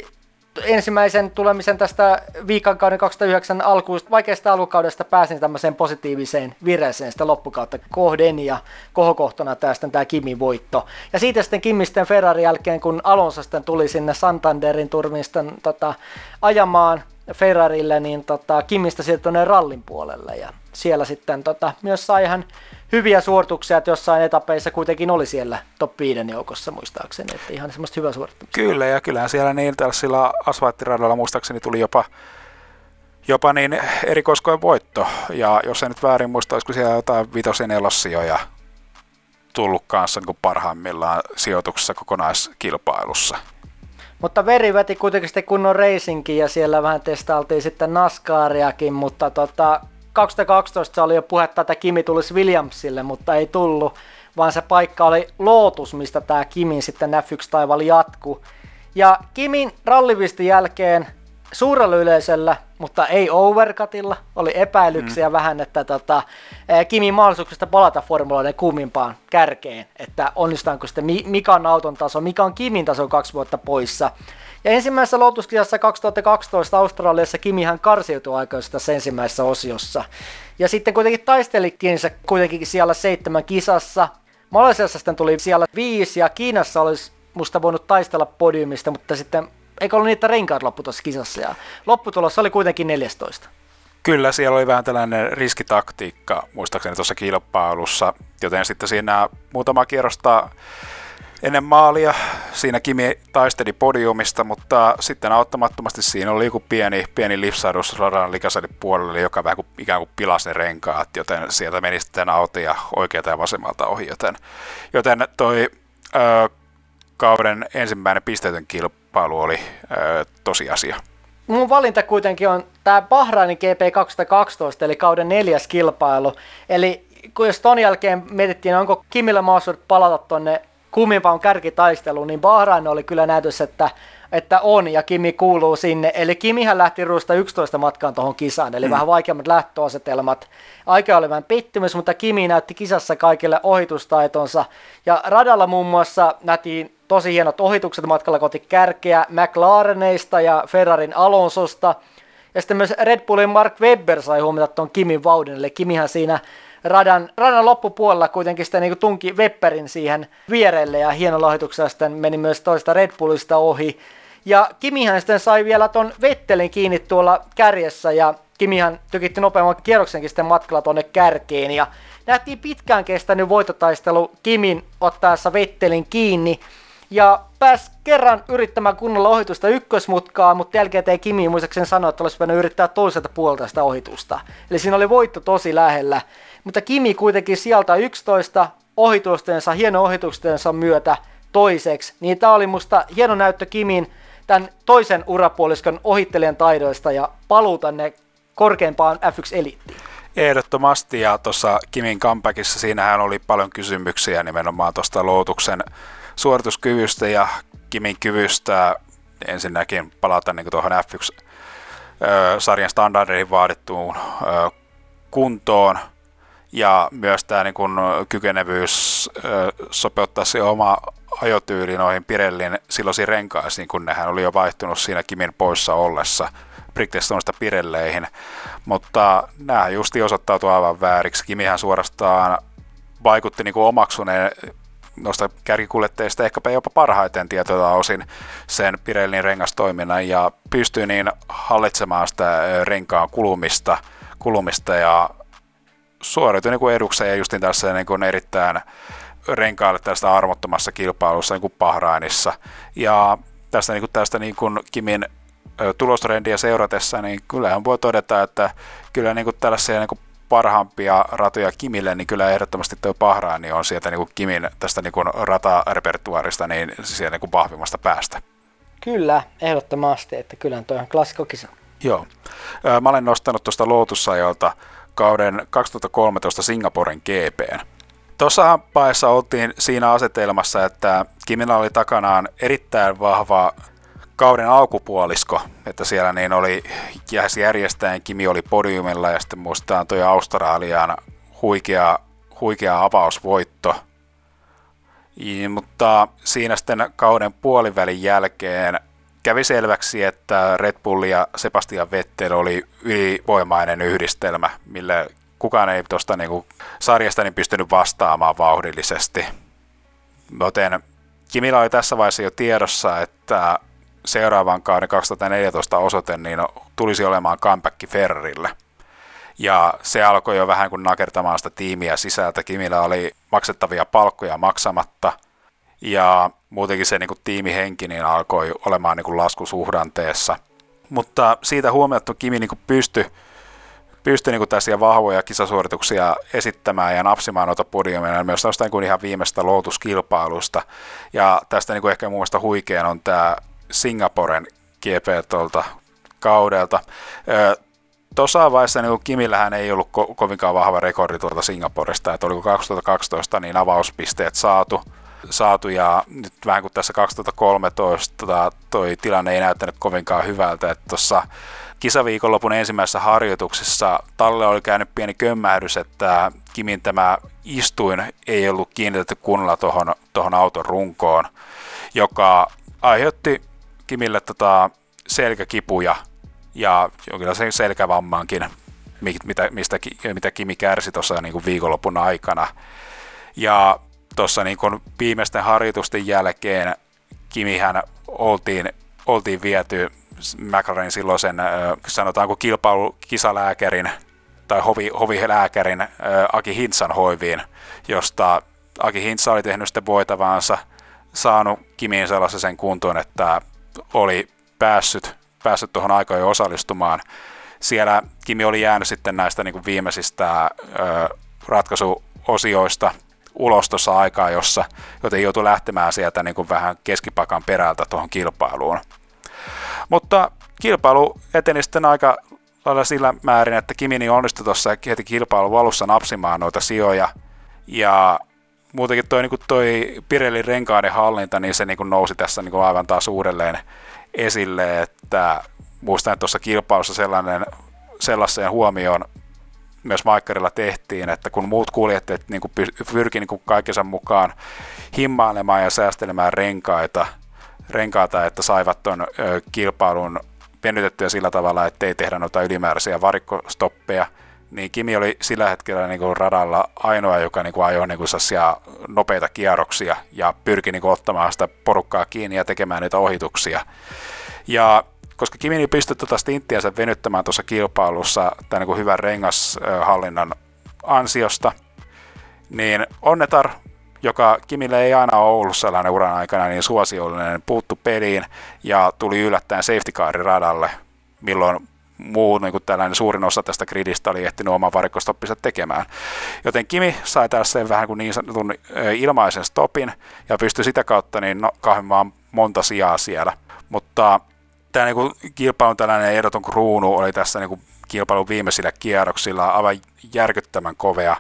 ensimmäisen tulemisen tästä viikankauden kaksituhattayhdeksän alkuista, vaikeasta alkukaudesta pääsin tämmöiseen positiiviseen vireeseen sitä loppukautta kohden ja kohokohtana tästä tämä Kimin voitto. Ja siitä sitten Kimi sitten Ferrarin jälkeen, kun Alonso sitten tuli sinne Santanderin turmiin sitten, tota, ajamaan Ferrarille, niin tota, Kimistä siirtyi tuonne rallin puolelle ja siellä sitten tota, myös sai ihan hyviä suorituksia, että jossain etapeissa kuitenkin oli siellä top viiden joukossa muistaakseni, että ihan semmoista hyvää suorittamista. Kyllä, ja kyllähän siellä niin tällaisilla asfalttiradoilla muistaakseni tuli jopa, jopa niin erikoiskoen voitto, ja jos en nyt väärin muista, olisiko siellä jotain vitosen nelossijoja tullut kanssa niin kuin parhaimmillaan sijoituksessa kokonaiskilpailussa. Mutta veri veti kuitenkin sitten kunnon racingin ja siellä vähän testailtiin sitten NASCARiakin, mutta tota, kaksituhattakaksitoista oli jo puhetta, että Kimi tulisi Williamsille, mutta ei tullut, vaan se paikka oli Lotus, mistä tämä Kimin sitten F yksi taivaali jatkuu. Ja Kimin rallivistin jälkeen suurella yleisöllä, mutta ei overcutilla, oli epäilyksiä mm. vähän, että tota, Kimin mahdollisuuksista palata formuloiden kuumimpaan kärkeen, että onnistutaanko sitten, mikä on auton taso, mikä on Kimin taso kaksi vuotta poissa. Ja ensimmäisessä Lotus-kisassa kaksituhattakaksitoista Australiassa Kimihän karsiutui aikoista tässä ensimmäisessä osiossa. Ja sitten kuitenkin taistelikin se kuitenkin siellä seitsemän kisassa. Malesiassa sitten tuli siellä viisi ja Kiinassa olisi musta voinut taistella podiumista, mutta sitten eikö ollut niitä renkaat loppu tuossa kisassa ja lopputulos oli kuitenkin neljästoista. Kyllä, siellä oli vähän tällainen riskitaktiikka muistaakseni tuossa kilpailussa, joten sitten siinä muutama kierrosta ennen maalia siinä Kimi taisteli podiumista, mutta sitten auttamattomasti siinä oli joku pieni, pieni lipsahdus radan likasadin puolelle, joka vähän kuin, ikään kuin pilasi ne renkaat, joten sieltä meni sitten autoja oikealta ja vasemmalta ohi, joten, joten toi ö, kauden ensimmäinen pisteetön kilpailu oli ö, tosiasia. Mun valinta kuitenkin on tämä Bahrainin G P kaksituhattakaksitoista, eli kauden neljäs kilpailu. Eli kun jos ton jälkeen mietittiin, onko Kimillä mahdollisuudet palata tonne kuumimpaan kärkitaisteluun, niin Bahrain oli kyllä näytös, että, että on, ja Kimi kuuluu sinne. Eli Kimihän lähti ruusta yksitoista matkaan tuohon kisaan, eli mm. vähän vaikeammat lähtöasetelmat. Aika oli vähän pettymys, mutta Kimi näytti kisassa kaikille ohitustaitonsa. Ja radalla muun muassa nähtiin tosi hienot ohitukset matkalla kohti kärkeä McLareneista ja Ferrarin Alonsosta. Ja sitten myös Red Bullin Mark Webber sai huomata tuon Kimin vauhdin, eli Kimihän siinä radan, radan loppupuolella kuitenkin sitten niin tunki Webberin siihen vierelle ja hienolla ohituksella sitten meni myös toista Red Bullista ohi. Ja Kimihän sitten sai vielä ton Vettelin kiinni tuolla kärjessä ja Kimihän tykitti nopeamman kierroksenkin sitten matkalla tuonne kärkeen ja nähtiin pitkään kestänyt voittotaistelu Kimin ottaessa Vettelin kiinni ja pääsi kerran yrittämään kunnolla ohitusta ykkösmutkaa, mutta jälkeen ei Kimi muistaakseni sanoa, että olisi pitänyt yrittää toiselta puolta sitä ohitusta. Eli siinä oli voitto tosi lähellä. Mutta Kimi kuitenkin sieltä yksitoista ohitustensa, hieno ohitustensa myötä toiseksi. Niin tämä oli musta hieno näyttö Kimin tämän toisen urapuoliskon ohittelijan taidoista ja paluu tänne korkeimpaan F yksi -eliittiin. Ehdottomasti, ja tuossa Kimin comebackissa siinähän oli paljon kysymyksiä nimenomaan tuosta Lotuksen suorituskyvystä ja Kimin kyvystä ensinnäkin palata niin tuohon F yksi -sarjan standardeihin vaadittuun ö, kuntoon ja myös tämä niin kuin kykenevyys ö, sopeuttaa se oma ajotyyli noihin Pirellin silloisiin renkaisiin, kun nehän oli jo vaihtunut siinä Kimin poissa ollessa Bricklestonesta Pirelleihin, mutta nämä justi osoittautui aivan vääriksi. Kimihän suorastaan vaikutti niin kuin omaksuneen noista kärkikuljetteista ehkäpä jopa parhaiten tietoa osin sen Pirellin rengastoiminnan ja pystyy niin hallitsemaan sitä renkaan kulumista, kulumista ja suoriutui niin kuin edukseen ja justin tässä niin kuin erittäin renkaalle tästä armottomassa kilpailussa niin kuin Bahrainissa. Ja tästä, niin kuin, tästä niin kuin Kimin tulostrendiä seuratessa, niin kyllähän voi todeta, että kyllä niin kuin tällaisia niin kuin parhaimpia ratoja Kimille, niin kyllä ehdottomasti tuo Bahrain niin on sieltä niin kuin Kimin tästä niin kuin ratarepertuaarista niin sieltä niin kuin vahvimmasta päästä. Kyllä, ehdottomasti, että kyllähän tuo on klassikkokisa. Joo. Mä olen nostanut tuosta Lotus-ajalta kauden kaksituhattakolmetoista Singaporen G P:n. Tuossa päässä oltiin siinä asetelmassa, että Kimillä oli takanaan erittäin vahva kauden alkupuolisko, että siellä niin oli järjestäjän Kimi oli podiumilla ja sitten muistetaan tuo Australian huikea, huikea avausvoitto. Ja, mutta siinä sitten kauden puolivälin jälkeen kävi selväksi, että Red Bull ja Sebastian Vettel oli ylivoimainen yhdistelmä, millä kukaan ei tuosta niinku sarjasta niin pystynyt vastaamaan vauhdillisesti. Joten Kimillä oli tässä vaiheessa jo tiedossa, että seuraavan kauden kaksituhattaneljätoista osoite niin tulisi olemaan comeback Ferrarille. Ja se alkoi jo vähän kuin nakertamaan sitä tiimiä sisältä. Kimillä oli maksettavia palkkoja maksamatta. Ja muutenkin se niin kuin tiimihenki niin alkoi olemaan niin kuin laskusuhdanteessa. Mutta siitä huomioon, Kimi niin kuin pystyi, pystyi niin kuin tässä vahvoja kisasuorituksia esittämään ja napsimaan noita podiumia myös tästä niin kuin ihan viimeistä Lotus-kilpailusta. Ja tästä niin kuin ehkä muun muassa huikean on tämä Singaporen G P tuolta kaudelta. Tuossa vaiheessa niin Kimillähän ei ollut ko- kovinkaan vahva rekordi tuolta Singaporesta, että oliko kaksituhattakaksitoista niin avauspisteet saatu, saatu ja nyt vähän kuin tässä kaksituhattakolmetoista toi tilanne ei näyttänyt kovinkaan hyvältä, että tuossa kisaviikonlopun ensimmäisessä harjoituksessa Talle oli käynyt pieni kömmähdys, että Kimin tämä istuin ei ollut kiinnitetty kunnolla tuohon tohon auton runkoon, joka aiheutti Kimille tota selkäkipuja ja jonkinlaisen selkävammankin, mitä, mistä, mitä Kimi kärsi tuossa niin kuin viikonlopun aikana. Ja tuossa niin kuin viimeisten harjoitusten jälkeen Kimihän oltiin, oltiin viety McLarenin silloisen, sanotaanko kilpailukisalääkärin tai hovi, hovilääkärin Aki Hintsan hoiviin, josta Aki Hintsa oli tehnyt sitten voitavaansa, saanut Kimiin sellaisen kuntoon, että oli päässyt, päässyt tuohon aikaan jo osallistumaan. Siellä Kimi oli jäänyt sitten näistä niin kuin viimeisistä ö, ratkaisuosioista ulos tuossa aikaa, jossa, joten joutui lähtemään sieltä niin kuin vähän keskipakan perältä tuohon kilpailuun. Mutta kilpailu eteni sitten aika lailla sillä määrin, että Kimi onnistui tuossa heti kilpailun alussa napsimaan noita sijoja. Ja muutenkin toi, niin toi Pirellin renkaiden hallinta, niin se niin kuin nousi tässä niin kuin aivan taas uudelleen esille, että muistan, että tuossa kilpailussa sellainen, sellaiseen huomioon myös Maikkarilla tehtiin, että kun muut kuljettajat niin kuin pyrki niin kuin kaikensa mukaan himmailemaan ja säästelemään renkaita, renkaita että saivat tuon kilpailun venytettyä sillä tavalla, ettei tehdä noita ylimääräisiä varikkostoppeja, niin Kimi oli sillä hetkellä niin kuin radalla ainoa, joka niin kuin ajoi niin kuin nopeita kierroksia ja pyrki niin kuin ottamaan sitä porukkaa kiinni ja tekemään niitä ohituksia. Ja koska Kimi pystyi tuota stinttiänsä venyttämään tuossa kilpailussa tämän niin kuin hyvän rengashallinnan ansiosta, niin Onnetar, joka Kimille ei aina ole ollut sellainen uran aikana niin suosiollinen, puuttu peliin ja tuli yllättäen safety carin radalle, milloin muu niin kuin tällainen suurin osa tästä gridistä oli ehtinyt oman varikkostoppinsa tekemään. Joten Kimi sai tässä vähän kuin niin sanotun ilmaisen stopin ja pystyi sitä kautta niin no, kahvimaan monta sijaa siellä. Mutta tämä niin kuin kilpailun tällainen ehdoton kruunu oli tässä niin kuin kilpailun viimeisillä kierroksilla aivan järkyttävän kovea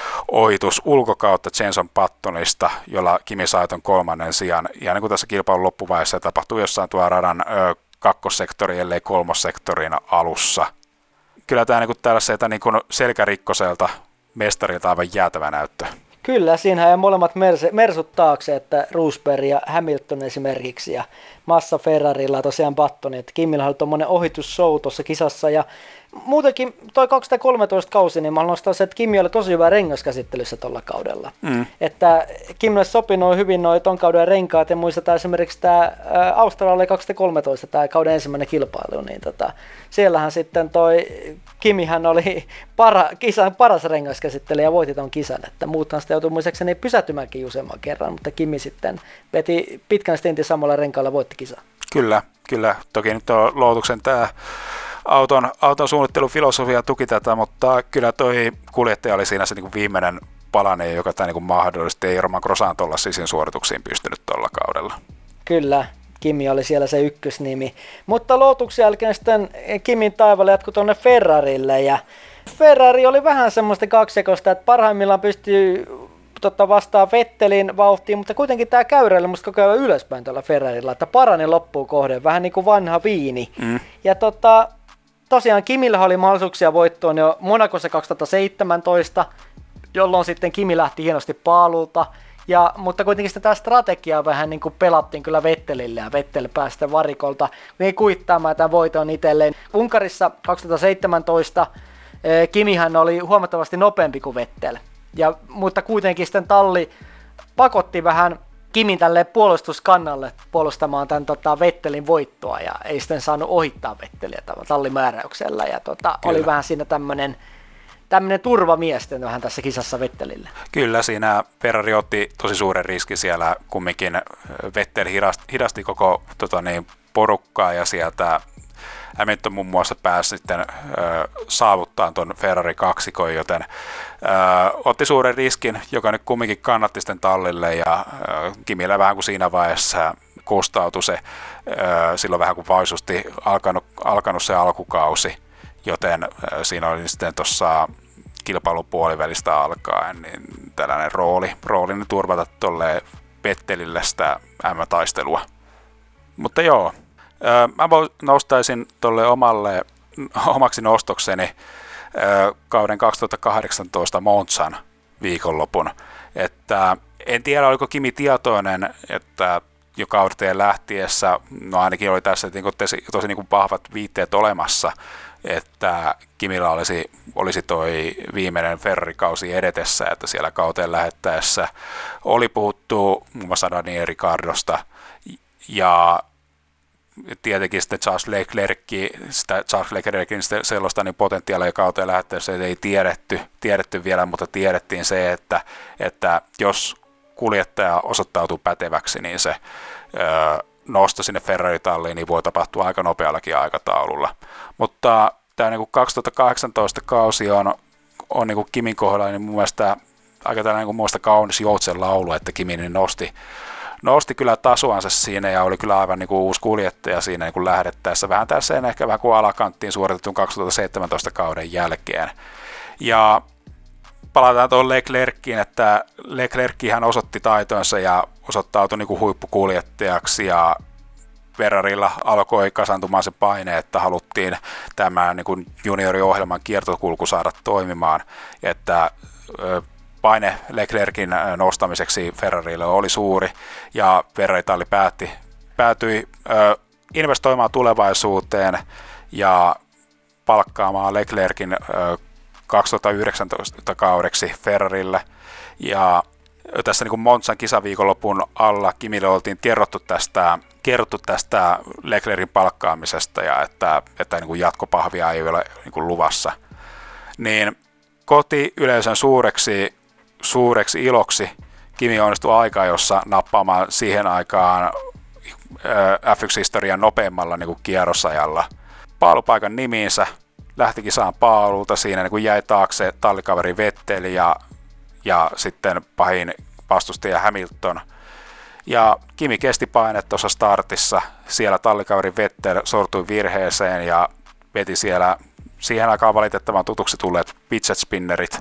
ohitus ulkokautta Jenson Buttonista, jolla Kimi sai ton kolmannen sijan. Ja niin kuin tässä kilpailun loppuvaiheessa tapahtui jossain tuolla radan ö, kakkossektorin, ellei kolmossektorin alussa. Kyllä tämä niin kuin tällaiselta niin kuin selkärikkoselta mestarilta aivan jäätävä näyttö. Kyllä, siinähän ja molemmat mersut taakse, että Rosberg ja Hamilton esimerkiksi ja Massa Ferrarilla tosiaan Buttoni, että Kimillä oli tuommoinen ohitusshow tuossa kisassa ja muutenkin toi kaksituhattakolmetoista kausi, niin mä haluan nostaa se, että Kimi oli tosi hyvä rengaskäsittelyssä tuolla kaudella. Mm. Että Kimille sopi noin hyvin noin ton kauden renkaat ja muistetaan esimerkiksi tämä Australia kaksituhattakolmetoista, tämä kauden ensimmäinen kilpailu, niin tota, siellähän sitten toi Kimihän oli para, kisan paras rengaskäsittelijä ja voitti ton kisan, että muuthan sitä joutui muistaakseni pysähtymäänkin useamman kerran, mutta Kimi sitten veti pitkän stintin samalla renkaalla voitti kisaa. Kyllä, kyllä. Toki nyt on Lotuksen tämä auton, auton suunnittelufilosofia tuki tätä, mutta kyllä toi kuljettaja oli siinä se niin kuin viimeinen palanen, joka tämä niin kuin mahdollisti. Ei Romain Grosjean tuolla sisin suorituksiin pystynyt tuolla kaudella. Kyllä, Kimi oli siellä se ykkösnimi. Mutta Lotuksen jälkeen sitten Kimin taivaalla jatkui tuonne Ferrarille ja Ferrari oli vähän semmoista kaksijakosta, että parhaimmillaan pystyy totta vastaan Vettelin vauhtiin, mutta kuitenkin tämä käyräili musta koko ajan ylöspäin tuolla Ferrarilla, että parani loppuun kohden, vähän niin kuin vanha viini. Mm. Ja tota, tosiaan Kimillä oli mahdollisuuksia voittoon jo Monacossa kaksituhattaseitsemäntoista, jolloin sitten Kimi lähti hienosti paalulta. Ja, mutta kuitenkin sitä tämä strategiaa vähän niin kuin pelattiin kyllä Vettelille ja Vettel pääsi sitten varikolta vei kuittaamaan tämän voiton itselleen. Unkarissa kaksituhattaseitsemäntoista Kimihän oli huomattavasti nopeampi kuin Vettel, ja, mutta kuitenkin sitten talli pakotti vähän Kimin tälleen puolustuskannalle puolustamaan tämän tota, Vettelin voittoa ja ei sitten saanut ohittaa Vetteliä tämän tallimääräyksellä ja tota, oli vähän siinä tämmöinen tämmöinen turvamies vähän tässä kisassa Vettelille. Kyllä, siinä Ferrari otti tosi suuren riski siellä, kumminkin Vettel hidasti, hidasti koko tota niin, porukkaa ja sieltä Hamilton muun muassa pääsi sitten ö, saavuttaa tuon Ferrari kaksikon, joten ö, otti suuren riskin, joka nyt kumminkin kannatti sitten tallille ja ö, Kimillä vähän kuin siinä vaiheessa kostautui se, ö, silloin vähän kuin vaisusti alkanut, alkanut se alkukausi, joten ö, siinä oli sitten tuossa kilpailun puolivälistä alkaen niin tällainen rooli, roolin turvata tuolle Vettelille sitä M M-taistelua. Mutta joo, mä nostaisin tuolle omalle, omaksi nostokseni kauden kaksituhattakahdeksantoista Monzan viikonlopun. Että en tiedä, oliko Kimi tietoinen, että jo kauteen lähtiessä, no ainakin oli tässä tosi, tosi niin kuin vahvat viitteet olemassa, että Kimillä olisi, olisi toi viimeinen Ferrari-kausi edetessä, että siellä kauteen lähettäessä oli puhuttu muun muassa Daniel Ricciardosta ja tietenkin sitten Charles Leclerc, sitä Charles Leclercin sellaista niin potentiaalia kauteen lähteessä ei tiedetty, tiedetty vielä, mutta tiedettiin se, että, että jos kuljettaja osoittautuu päteväksi, niin se ö, nosto sinne Ferrari-talliin niin voi tapahtua aika nopeallakin aikataululla. Mutta tämä niin kuin kaksituhattakahdeksantoista kausi on, on niin kuin Kimin kohdalla niin mun mielestä aika tällainen niin muista kaunis joutsen laulu, että Kimi niin nosti Nosti kyllä tasoansa siinä ja oli kyllä aivan niin kuin uusi kuljettaja siinä niin kuin lähdettäessä. Vähän tässä ehkä vähän kuin alakanttiin suoritetun kaksituhattaseitsemäntoista kauden jälkeen. Ja palataan tuohon Leclerciin, että Leclerchän osoitti taitonsa ja osoittautui niin kuin huippukuljettajaksi ja Ferrarilla alkoi kasantumaan se paine, että haluttiin tämä niin kuin junioriohjelman kiertokulku saada toimimaan, että paine Leclercin nostamiseksi Ferrarille oli suuri ja Ferrari-talli päätti, päätyi ö, investoimaan tulevaisuuteen ja palkkaamaan Leclercin ö, kaksituhattayhdeksäntoista kaudeksi Ferrarille. Ja tässä niin kuin Monzan kisaviikonlopun alla Kimille oltiin kerrottu tästä, kerrottu tästä Leclercin palkkaamisesta ja että, että niin kuin jatkopahvia ei ole niin kuin luvassa. Niin kotiyleisön suureksi Suureksi iloksi Kimi onnistui aikaa, jossa nappaamaan siihen aikaan F yksi -historian nopeimmalla niin kuin kierrosajalla paalupaikan nimiinsä. Lähti kisaan paalulta, siinä niin kuin jäi taakse tallikaveri Vettel ja, ja sitten pahin vastustaja Hamilton. Ja Kimi kesti paine tuossa startissa. Siellä tallikaveri Vettel sortui virheeseen ja veti siellä siihen aikaan valitettavan tutuksi tulleet fidget spinnerit.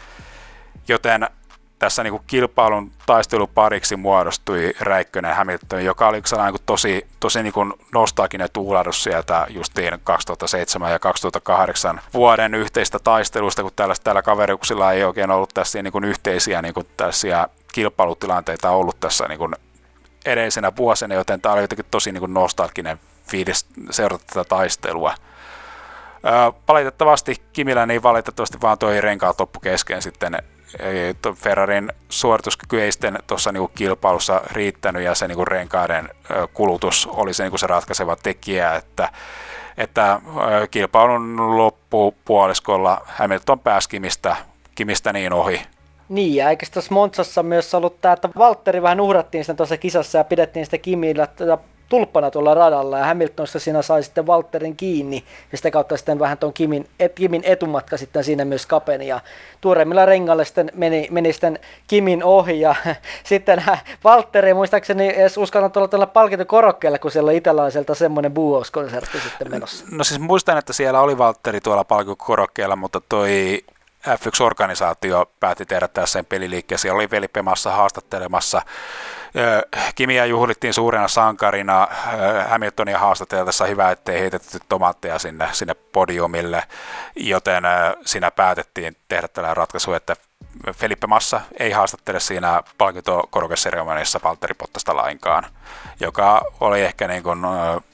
Joten tässä niin kuin kilpailun taistelupariksi muodostui Räikkönen Hamilton, joka oli sellainen niin kuin tosi, tosi niin kuin nostaakin ne tuulahdus sieltä justiin kaksituhattaseitsemän ja kaksituhattakahdeksan vuoden yhteistä taistelusta, kun tällä, tällä kaveriuksilla ei oikein ollut tässä niin kuin yhteisiä niin kuin tällaisia kilpailutilanteita ollut tässä niin kuin edellisenä vuosina, joten tämä oli jotenkin tosi niin kuin nostalginen fiilis seurata tätä taistelua. Valitettavasti Kimillä niin valitettavasti vaan toi renkaat loppu kesken sitten. Ferrarin suorituskyky ei sitten tuossa niinku kilpailussa riittänyt ja se niinku renkaiden kulutus oli se, niinku se ratkaiseva tekijä, että, että kilpailun loppupuoliskolla Hamilton pääsi Kimistä, Kimistä niin ohi. Niin, ja eikö tässä Monzassa myös ollut tämä, että Valtteri vähän uhrattiin sitä tuossa kisassa ja pidettiin sitä Kimillä tulppana tuolla radalla ja Hamiltonista siinä sai sitten Valtterin kiinni ja sitä kautta sitten vähän tuon Kimin, et, Kimin etumatka sitten siinä myös kapeni ja tuoreimmilla rengalle sitten meni, meni sitten Kimin ohi ja sitten Valtteri muistaakseni edes uskaltanut tulla tällä palkintokorokkeella, kun siellä on itälaiselta semmoinen buuauskonsertti sitten menossa. No siis muistan, että siellä oli Valtteri tuolla palkintokorokkeella, mutta toi F yksi -organisaatio päätti tehdä tässä sen peliliikkeen. Siellä oli Veli Pemassa haastattelemassa Kimiä juhlittiin suurena sankarina Hamiltonia haastateltaessa, hyvä ettei heitetty tomaatteja sinne, sinne podiumille, joten siinä päätettiin tehdä tällainen ratkaisu, että Felipe Massa ei haastattele siinä palkintokorokeseremoniassa Valtteri Bottasta lainkaan, joka oli ehkä niin kuin,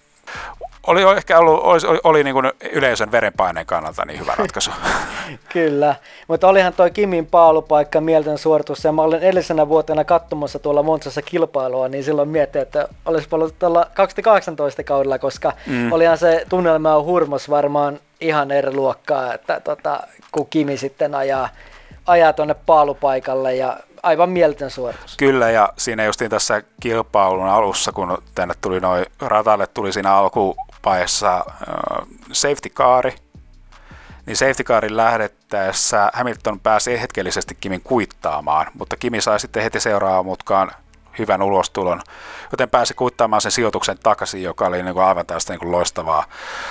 oli ehkä ollut, oli, oli, oli niin kuin yleisön verenpaineen kannalta niin hyvä ratkaisu. Kyllä, mutta olihan toi Kimin paalupaikka mieltön suoritus, ja mä olin edellisenä vuotena katsomassa tuolla Monzassa kilpailua, niin silloin mietin, että olisi ollut tuolla kaksituhattakahdeksantoista kaudella, koska mm. olihan se tunnelma ja hurmos varmaan ihan eri luokkaa, että tota, kun Kimi sitten ajaa, ajaa tuonne paalupaikalle, ja aivan mieletön suoritus. Kyllä, ja siinä justiin tässä kilpailun alussa, kun tänne tuli noin ratalle, tuli siinä alkuvaiheessa äh, safety car, niin safety carin lähdettäessä Hamilton pääsi hetkellisesti Kimin kuittaamaan, mutta Kimi sai sitten heti seuraavaan mutkaan hyvän ulostulon, joten pääsi kuittaamaan sen sijoituksen takaisin, joka oli niin kuin aivan tästä niin kuin loistavaa.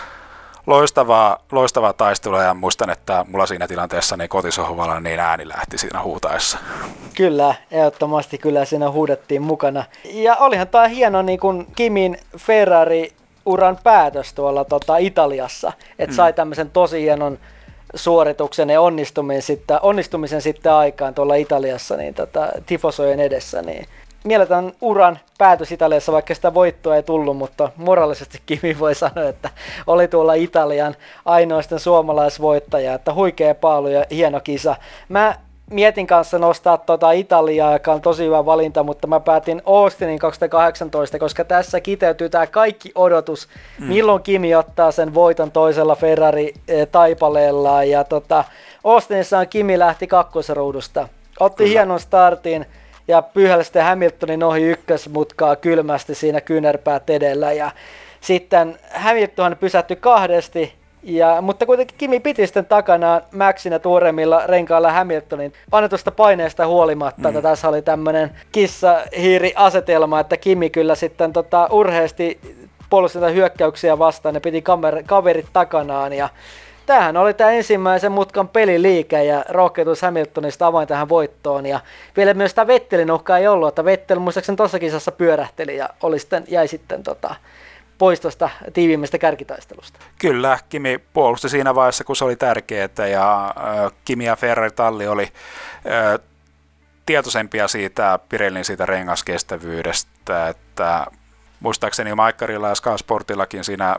Loistavaa, loistavaa taistelua, ja muistan, että mulla siinä tilanteessa niin kotisohvalla niin ääni lähti siinä huutaessa. Kyllä, ehdottomasti kyllä siinä huudettiin mukana. Ja olihan tämä hieno niin kuin Kimin Ferrari-uran päätös tuolla tota, Italiassa, että mm. sai tämmöisen tosi hienon suorituksen ja onnistumisen sitten, onnistumisen sitten aikaan tuolla Italiassa niin tota, tifosojen edessä. Niin mieletön uran päätös Italiassa, vaikka sitä voittoa ei tullut, mutta moraalisesti Kimi voi sanoa, että oli tuolla Italian ainoisten suomalaisvoittaja, että huikea paalu ja hieno kisa. Mä mietin kanssa nostaa tuota Italiaa, joka on tosi hyvä valinta, mutta mä päätin Austinin kaksituhattakahdeksantoista, koska tässä kiteytyy tämä kaikki odotus, mm. milloin Kimi ottaa sen voiton toisella Ferrari-taipaleellaan, ja tota, Austinissa Kimi lähti kakkosruudusta, otti Kyllä. hienon startin, ja pyyhällä sitten Hamiltonin ohi ykkösmutkaa kylmästi siinä kyynärpäät edellä. Ja sitten Hamilton pysähtyi kahdesti, ja, mutta kuitenkin Kimi piti sitten takanaan Maxin ja tuoremmilla renkailla Hamiltonin annetusta paineesta huolimatta. Mm. Tässä oli tämmöinen kissa-hiiri-asetelma, että Kimi kyllä sitten tota, urheasti puolusti hyökkäyksiä vastaan ja piti kamer- kaverit takanaan. Ja tämähän oli tämä ensimmäisen mutkan peliliike ja rohkeutus Hamiltonista avain tähän voittoon. Ja vielä myös tämä Vettelin uhkaa ei ollut, että Vettel muistaakseni tuossa kisassa pyörähteli ja oli sitten, jäi sitten tota, pois tuosta tiiviimmästä kärkitaistelusta. Kyllä, Kimi puolusti siinä vaiheessa, kun se oli tärkeää, ja äh, Kimi ja Ferrari-talli oli äh, tietoisempia siitä Pirellin siitä rengaskestävyydestä, että muistaakseni Maikkarilla ja Sky Sportillakin siinä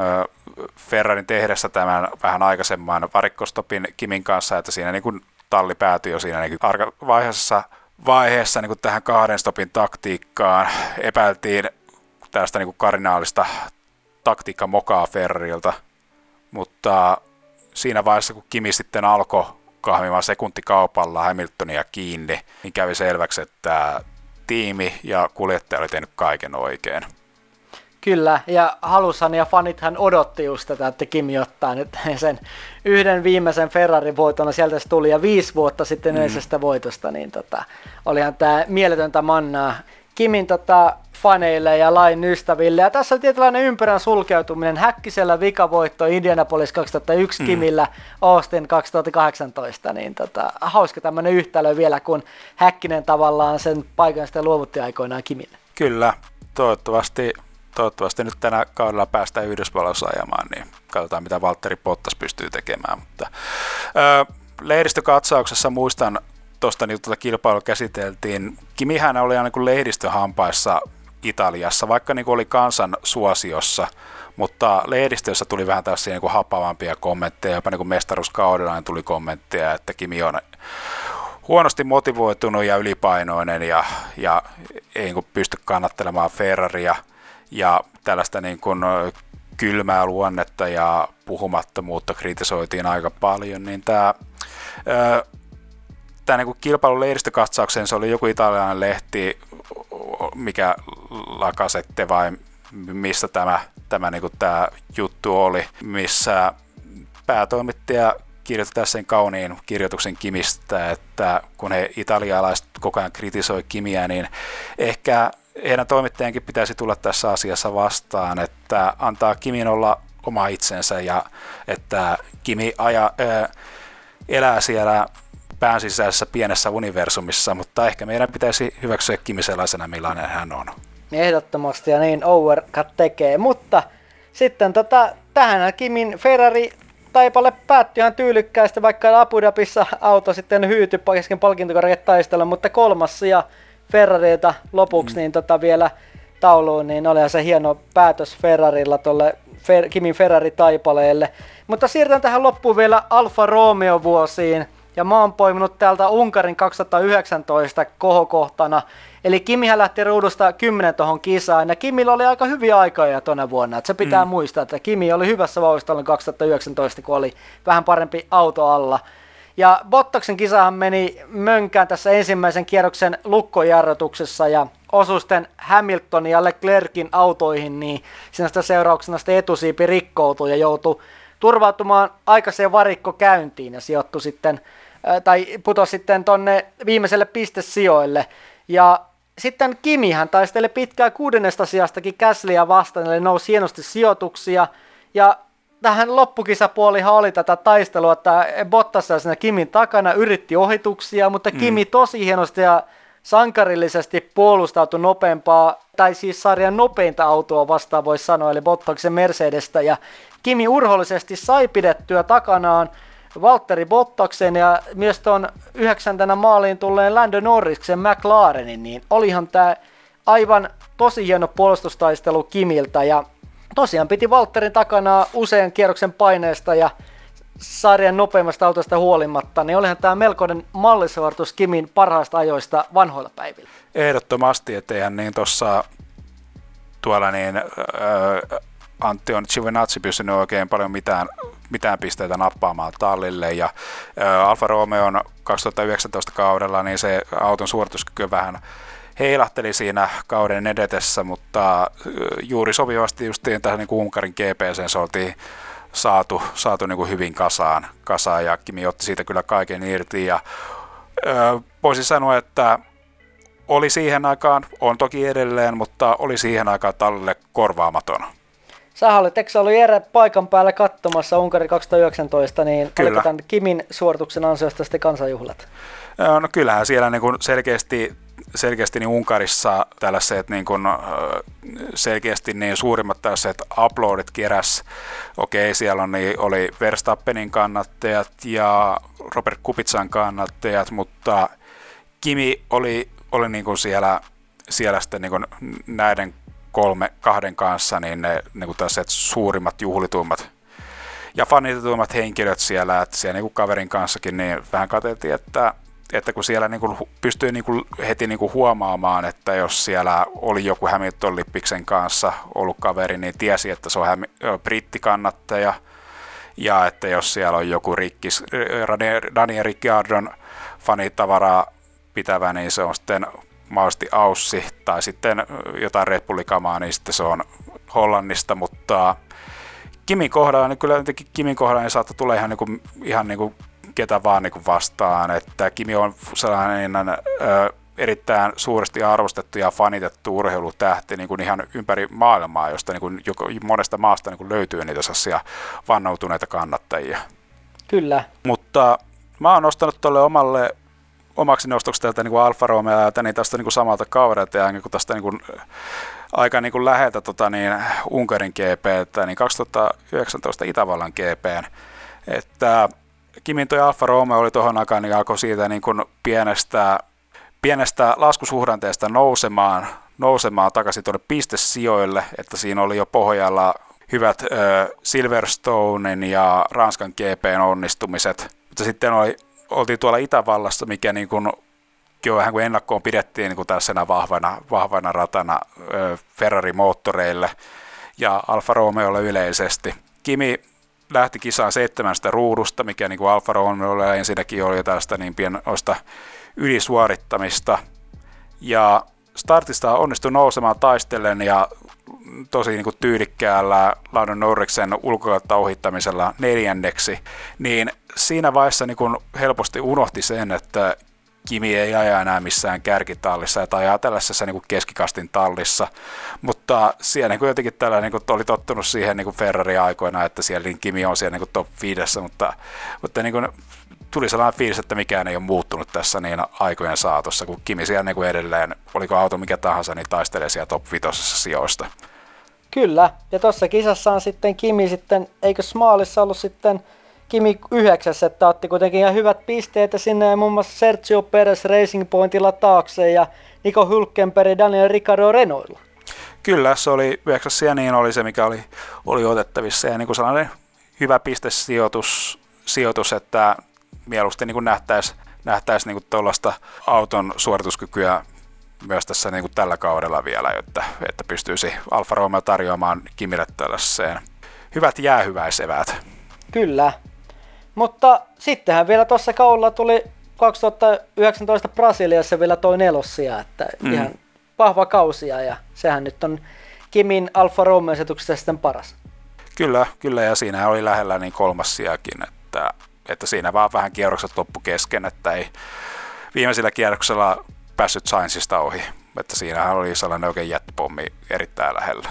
Ferrarin tehdessä tämän vähän aikaisemman varikkostopin Kimin kanssa, että siinä niin kuin talli päätyi jo siinä niin vaiheessa, vaiheessa niin kuin tähän kahden stopin taktiikkaan. Epäiltiin tästä niin kuin kardinaalista taktiikkamokaa Ferrarilta, mutta siinä vaiheessa, kun Kimi sitten alkoi kahmimaan sekuntikaupalla Hamiltonia kiinni, niin kävi selväksi, että tiimi ja kuljettaja oli tehnyt kaiken oikein. Kyllä, ja halushan ja fanithan odotti just tätä, että Kimi ottaa nyt sen yhden viimeisen Ferrarin voitona, sieltä se tuli, ja viisi vuotta sitten mm. edellisestä voitosta, niin tota, olihan tämä mieletöntä mannaa Kimin tota, faneille ja lain ystäville. Ja tässä on tietynlainen ympyrän sulkeutuminen, Häkkisellä vikavoitto Indianapolis kaksituhattayksi, mm. Kimillä Austin kaksituhattakahdeksantoista, niin tota, hauska tämmöinen yhtälö vielä, kun Häkkinen tavallaan sen paikan sitten luovutti aikoinaan Kimille. Kyllä, toivottavasti. Toivottavasti nyt tänä kaudella päästään Yhdysvalloissa ajamaan, niin katsotaan mitä Valtteri Bottas pystyy tekemään. Mutta, ö, lehdistökatsauksessa muistan tuosta, niin tuota kilpailua käsiteltiin. Kimihän oli aina niin lehdistöhampaissa Italiassa, vaikka niin oli kansan suosiossa, mutta lehdistössä tuli vähän tällaisia niin happavampia kommentteja, jopa niin mestaruuskaudella tuli kommentteja, että Kimi on huonosti motivoitunut ja ylipainoinen ja, ja ei niin pysty kannattelemaan Ferraria. Ja tällaista niin kuin kylmää luonnetta ja puhumattomuutta kritisoitiin aika paljon, niin tämä, tämä niin kuin kilpailun lehdistökatsaukseen, se oli joku italialainen lehti, mikä Lakasette vai missä tämä, tämä, niin kuin tämä juttu oli, missä päätoimittaja kirjoitti tässä sen kauniin kirjoituksen Kimistä, että kun he italialaiset koko ajan kritisoi Kimiä, niin ehkä heidän toimittajankin pitäisi tulla tässä asiassa vastaan, että antaa Kimin olla oma itsensä ja että Kimi aja, ö, elää siellä pään sisäisessä pienessä universumissa, mutta ehkä meidän pitäisi hyväksyä Kimi sellaisena, millainen hän on. Ehdottomasti, ja niin Overcut tekee, mutta sitten tota, tähän Kimin Ferrari taipale päättyi ihan tyylikkäästi, vaikka Abu Dhabissa auto sitten hyytyi kesken palkintokarjat taistella, mutta kolmas ja Ferrarilta lopuksi mm. niin tota vielä tauluun, niin olihan se hieno päätös Ferrarilla tuolle Fer- Kimin Ferrari-taipaleelle. Mutta siirrytään tähän loppuun vielä Alfa Romeo-vuosiin, ja mä oon poiminut täältä Unkarin kaksituhattayhdeksäntoista kohokohtana. Eli Kimihän lähti ruudusta kymmenen tohon kisaan, ja Kimillä oli aika hyviä aikoja tuona vuonna. Et se pitää mm. muistaa, että Kimi oli hyvässä vauhdissa kaksituhattayhdeksäntoista, kun oli vähän parempi auto alla. Ja Bottaksen kisahan meni mönkään tässä ensimmäisen kierroksen lukkojarrutuksessa, ja osui sitten Hamiltonin ja Leclerkin autoihin, niin siinä sitä seurauksena sitten etusiipi rikkoutui ja joutui turvautumaan aikaiseen varikkokäyntiin ja sijoittui sitten, tai putosi sitten tonne viimeiselle pistesijoille. Ja sitten Kimihän taisteli pitkään kuudennesta sijastakin Gaslyä vastaan, eli nousi hienosti sijoituksia, ja tähän loppukisapuolihan oli tätä taistelua, että Bottas siinä Kimin takana yritti ohituksia, mutta Kimi mm. tosi hienosti ja sankarillisesti puolustautui nopeampaa, tai siis sarjan nopeinta autoa vastaan voisi sanoa, eli Bottaksen Mercedestä, ja Kimi urhollisesti sai pidettyä takanaan Valtteri Bottaksen ja myös tuon yhdeksäntenä maaliin tulleen Lando Norrisksen McLarenin, niin olihan tämä aivan tosi hieno puolustustaistelu Kimiltä, ja tosiaan piti Valtterin takana usean kierroksen paineesta ja sarjan nopeimmasta autosta huolimatta, niin olihan tämä melkoinen mallisuoritus Kimin parhaista ajoista vanhoilla päivillä. Ehdottomasti, etteihän niin tuossa tuolla niin öö, Antti on Giovinazzi pystynyt oikein paljon mitään, mitään pisteitä nappaamaan tallille, ja öö, Alfa Romeon kaksituhattayhdeksäntoista kaudella niin se auton suorituskyky vähän heilahteli siinä kauden edetessä, mutta juuri sopivasti justiin tähän niin kuin Unkarin G P:seen se oltiin saatu, saatu niin kuin hyvin kasaan, kasaan, ja Kimi otti siitä kyllä kaiken irti, ja ö, voisin sanoa, että oli siihen aikaan, on toki edelleen, mutta oli siihen aikaan tallille korvaamaton. Sä olit, eikö ollut Jere paikan päällä katsomassa Unkari kaksituhattayhdeksäntoista, niin kyllä. Oliko tämän Kimin suorituksen ansiosta sitten kansanjuhlat? No kyllähän siellä niin kuin selkeästi selkeästi niin Unkarissa tällaiset niin kuin, selkeästi niin suurimmat tällaiset uploadit keräs. Okei, siellä on, niin oli Verstappenin kannattajat ja Robert Kubican kannattajat, mutta Kimi oli, oli niin kuin siellä, siellä sitten niin kuin näiden kolme, kahden kanssa niin ne niin kuin tällaiset suurimmat juhlituimmat ja fanitetuimmat henkilöt siellä, että siellä niin kuin kaverin kanssakin niin vähän katseltiin, että että kun siellä niin kuin pystyi niin kuin heti niin kuin huomaamaan, että jos siellä oli joku Hamilton Lippiksen kanssa ollut kaveri, niin tiesi, että se on Ham- brittikannattaja, ja että jos siellä on joku rikkis, Daniel Ricciardon fanitavaraa pitävä, niin se on sitten mahdollisesti Aussi, tai sitten jotain Red Bullikamaa, niin sitten se on Hollannista, mutta Kimin kohdalla, niin kyllä jotenkin Kimin kohdalla niin saattaa tulla ihan, niin kuin, ihan niin kuin ketä vaan niin kuin vastaan, että Kimi on sellainen ö, erittäin suuresti arvostettu ja fanitettu urheilutähti niin kuin ihan ympäri maailmaa, josta niin kuin joko, monesta maasta niin kuin löytyy niitä sellaisia vannoutuneita kannattajia. Kyllä. Mutta mä oon nostanut tuolle omalle omaksi nostoksi tältä niin kuin Alfa Romeolta niin tästä niin kuin samalta kaudelta ja niin kuin tästä niin kuin, aika niin kuin läheltä tota, niin Unkarin G P:tä, niin kaksituhattayhdeksäntoista Itävallan G P:n, että Kimin toi Alfa Romeo oli tuohon aikaan, niin alkoi siitä niin kuin pienestä, pienestä laskusuhdanteesta nousemaan, nousemaan takaisin tuonne pistesijoille, että siinä oli jo pohjalla hyvät äh, Silverstonen ja Ranskan G P:n onnistumiset, mutta sitten oli, oltiin tuolla Itävallassa, mikä niin kuin, jo vähän kuin ennakkoon pidettiin niin kuin tällaisena vahvana, vahvana ratana äh, Ferrari-moottoreille ja Alfa Romeolle yleisesti. Kimi lähti kisaan seitsemästä ruudusta, mikä niin kuin Alfa Romeolle ensinnäkin oli tällaista niin pienoista ylisuorittamista. Ja startista onnistui nousemaan taistellen ja tosi niin kuin tyylikkäällä Lando Norriksen ulkokautta ohittamisella neljänneksi, niin siinä vaiheessa niin kuin helposti unohti sen, että Kimi ei aja enää missään kärkitallissa tai ajaa tällaisessa niin kuin keskikastin tallissa, mutta siellä niin kuin jotenkin tällä niin kuin oli tottunut siihen niin kuin Ferrari-aikoina, että siellä niin Kimi on siellä niin kuin top viidessä, mutta, mutta niin kuin tuli sellainen fiilis, että mikään ei ole muuttunut tässä niin aikojen saatossa, kun Kimi siellä niin kuin edelleen, oliko auto mikä tahansa, niin taistelee siellä top vitosessa sijoista. Kyllä, ja tuossa kisassa on sitten Kimi sitten, eikö Smaalissa ollut sitten Kimi yhdeksäs, että otti kuitenkin ihan hyvät pisteet ja sinne ja muun muassa Sergio Perez Racing Pointilla taakse ja Nico Hülkenberg ja Daniel Ricciardo Renaultilla. Kyllä, se oli yhdeksäs ja niin oli se, mikä oli, oli otettavissa ja niin kuin sellainen hyvä pistesijoitus, sijoitus, että mieluusti niin nähtäisiin nähtäisi niin tuollaista auton suorituskykyä myös tässä niin kuin tällä kaudella vielä, että, että pystyisi Alfa Romeo tarjoamaan Kimille tällaiseen hyvät jäähyväiseväät. Kyllä, mutta sittenhän vielä tuossa kaudella tuli kaksituhattayhdeksäntoista Brasiliassa vielä toi nelossia, että mm. ihan vahva kausia ja sehän nyt on Kimin Alfa Romeo -asetuksesta sitten paras. Kyllä, kyllä ja siinä oli lähellä niin kolmas sijakin, että, että siinä vaan vähän kierrokset loppu kesken, että ei viimeisellä kierroksella päässyt Sainzista ohi, että siinähän oli sellainen oikein jättipommi erittäin lähellä.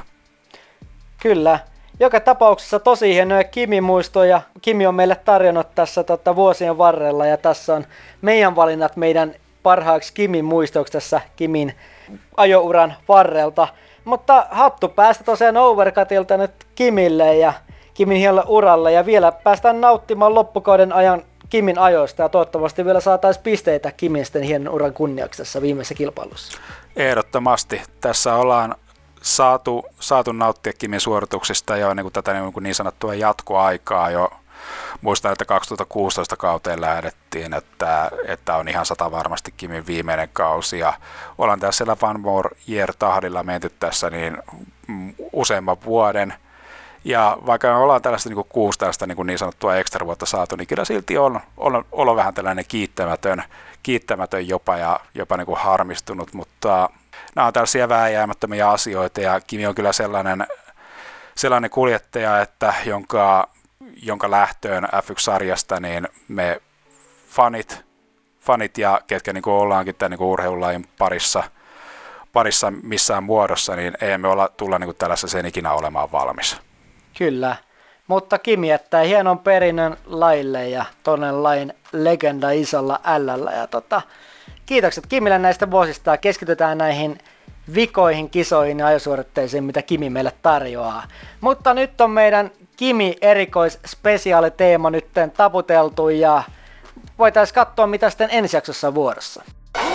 Kyllä, joka tapauksessa tosi hienoja Kimi-muistoja. Kimi on meille tarjonnut tässä tota, vuosien varrella ja tässä on meidän valinnat meidän parhaaksi Kimin muistoksi tässä Kimin ajouran varrelta. Mutta hattu päästä tosiaan Overcutilta nyt Kimille ja Kimin hienolle uralle ja vielä päästään nauttimaan loppukauden ajan Kimin ajoista ja toivottavasti vielä saataisiin pisteitä Kimin sitten hienon uran kunniaksi tässä viimeisessä kilpailussa. Ehdottomasti. Tässä ollaan saatu, saatu nauttia Kimin suorituksista jo niin kuin tätä niin, kuin niin sanottua jatkoaikaa jo. Muistan, että kaksituhattakuusitoista kauteen lähdettiin, että, että on ihan sata varmasti Kimin viimeinen kausi ja ollaan tässä siellä One More Year-tahdilla menty tässä niin useamman vuoden. Ja vaikka me ollaan tällaista niin kuin kuusi tällaista niin, kuin niin sanottua ekstra vuotta saatu, niin kyllä silti on, on, on vähän tällainen kiittämätön, kiittämätön jopa ja jopa niin kuin harmistunut, mutta nämä on tällaisia vääjäämättömiä asioita ja Kimi on kyllä sellainen, sellainen kuljettaja, että jonka, jonka lähtöön F yksi -sarjasta niin me fanit, fanit ja ketkä niin kuin ollaankin tämän niin kuin urheilulajin parissa, parissa missään muodossa, niin ei me olla tulla niin kuin tällaisessa ikinä olemaan valmis. Kyllä, mutta Kimi jättää hienon perinnön lajille ja tonne lajin legenda isolla L:llä. Ja tota, kiitokset Kimille näistä vuosista ja keskitytään näihin vikoihin, kisoihin ja ajosuoritteisiin, mitä Kimi meille tarjoaa. Mutta nyt on meidän Kimi erikoisspesiaaliteema nytten taputeltu ja voitaisiin katsoa, mitä sitten ensi jaksossa on vuorossa.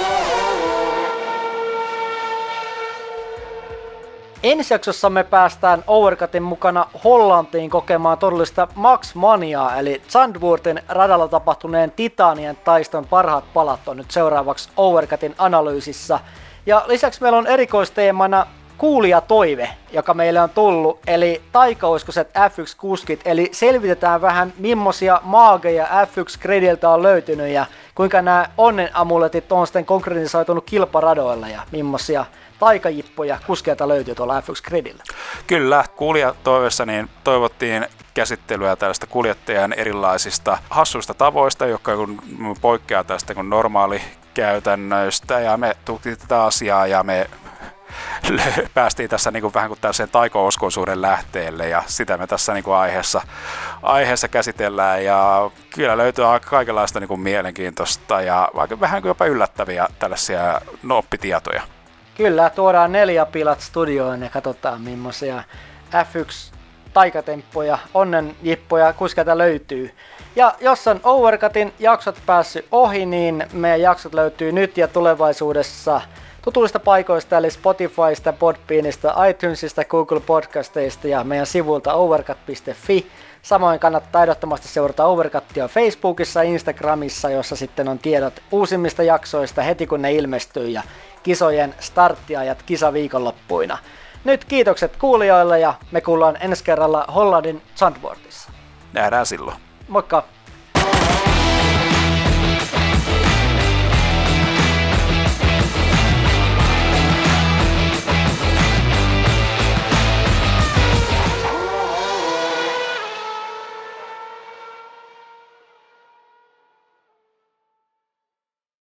Ensi jaksossa me päästään Overcutin mukana Hollantiin kokemaan todellista Max Maniaa, eli Zandvoortin radalla tapahtuneen Titanien taiston parhaat palat on nyt seuraavaksi Overcutin analyysissä. Ja lisäksi meillä on erikoisteemana kuulijatoive, joka meille on tullut, eli taikauskoiset F yksi -kuskit, eli selvitetään vähän millaisia maageja F yksi Gridiltä on löytynyt ja kuinka nämä onnenamuletit on sitten konkretisoitunut kilparadoilla ja millaisia taikajippoja kuskeilta löytyy tuolla F yksi Gridillä. Kyllä, kuulijatoiveessa niin toivottiin käsittelyä tällaista kuljettajan erilaisista hassuista tavoista, jotka poikkeaa tästä kuin normaalikäytännöistä ja me tutkittiin tätä asiaa ja me päästiin tässä niin kuin vähän kuin tällaiseen taiko-uskoisuuden lähteelle ja sitä me tässä niin kuin aiheessa, aiheessa käsitellään ja kyllä löytyy kaikenlaista niin kuin mielenkiintoista ja vaikka vähän jopa yllättäviä tällaisia oppitietoja. Kyllä, tuodaan neljä pilat studioon ja katsotaan millaisia F yksi taikatemppoja, onnenjippoja kuskeilta löytyy. Ja jos on Overcutin jaksot päässyt ohi, niin meidän jaksot löytyy nyt ja tulevaisuudessa tutuista paikoista, eli Spotifysta, Podbeanista, iTunesista, Google Podcasteista ja meidän sivulta overcut piste fi. Samoin kannattaa ehdottomasti seurata Overcuttia Facebookissa ja Instagramissa, jossa sitten on tiedot uusimmista jaksoista heti kun ne ilmestyy ja kisojen starttiajat kisaviikonloppuina. Nyt kiitokset kuulijoille ja me kuullaan ensi kerralla Hollandin Zandvoortissa. Nähdään silloin. Moikka!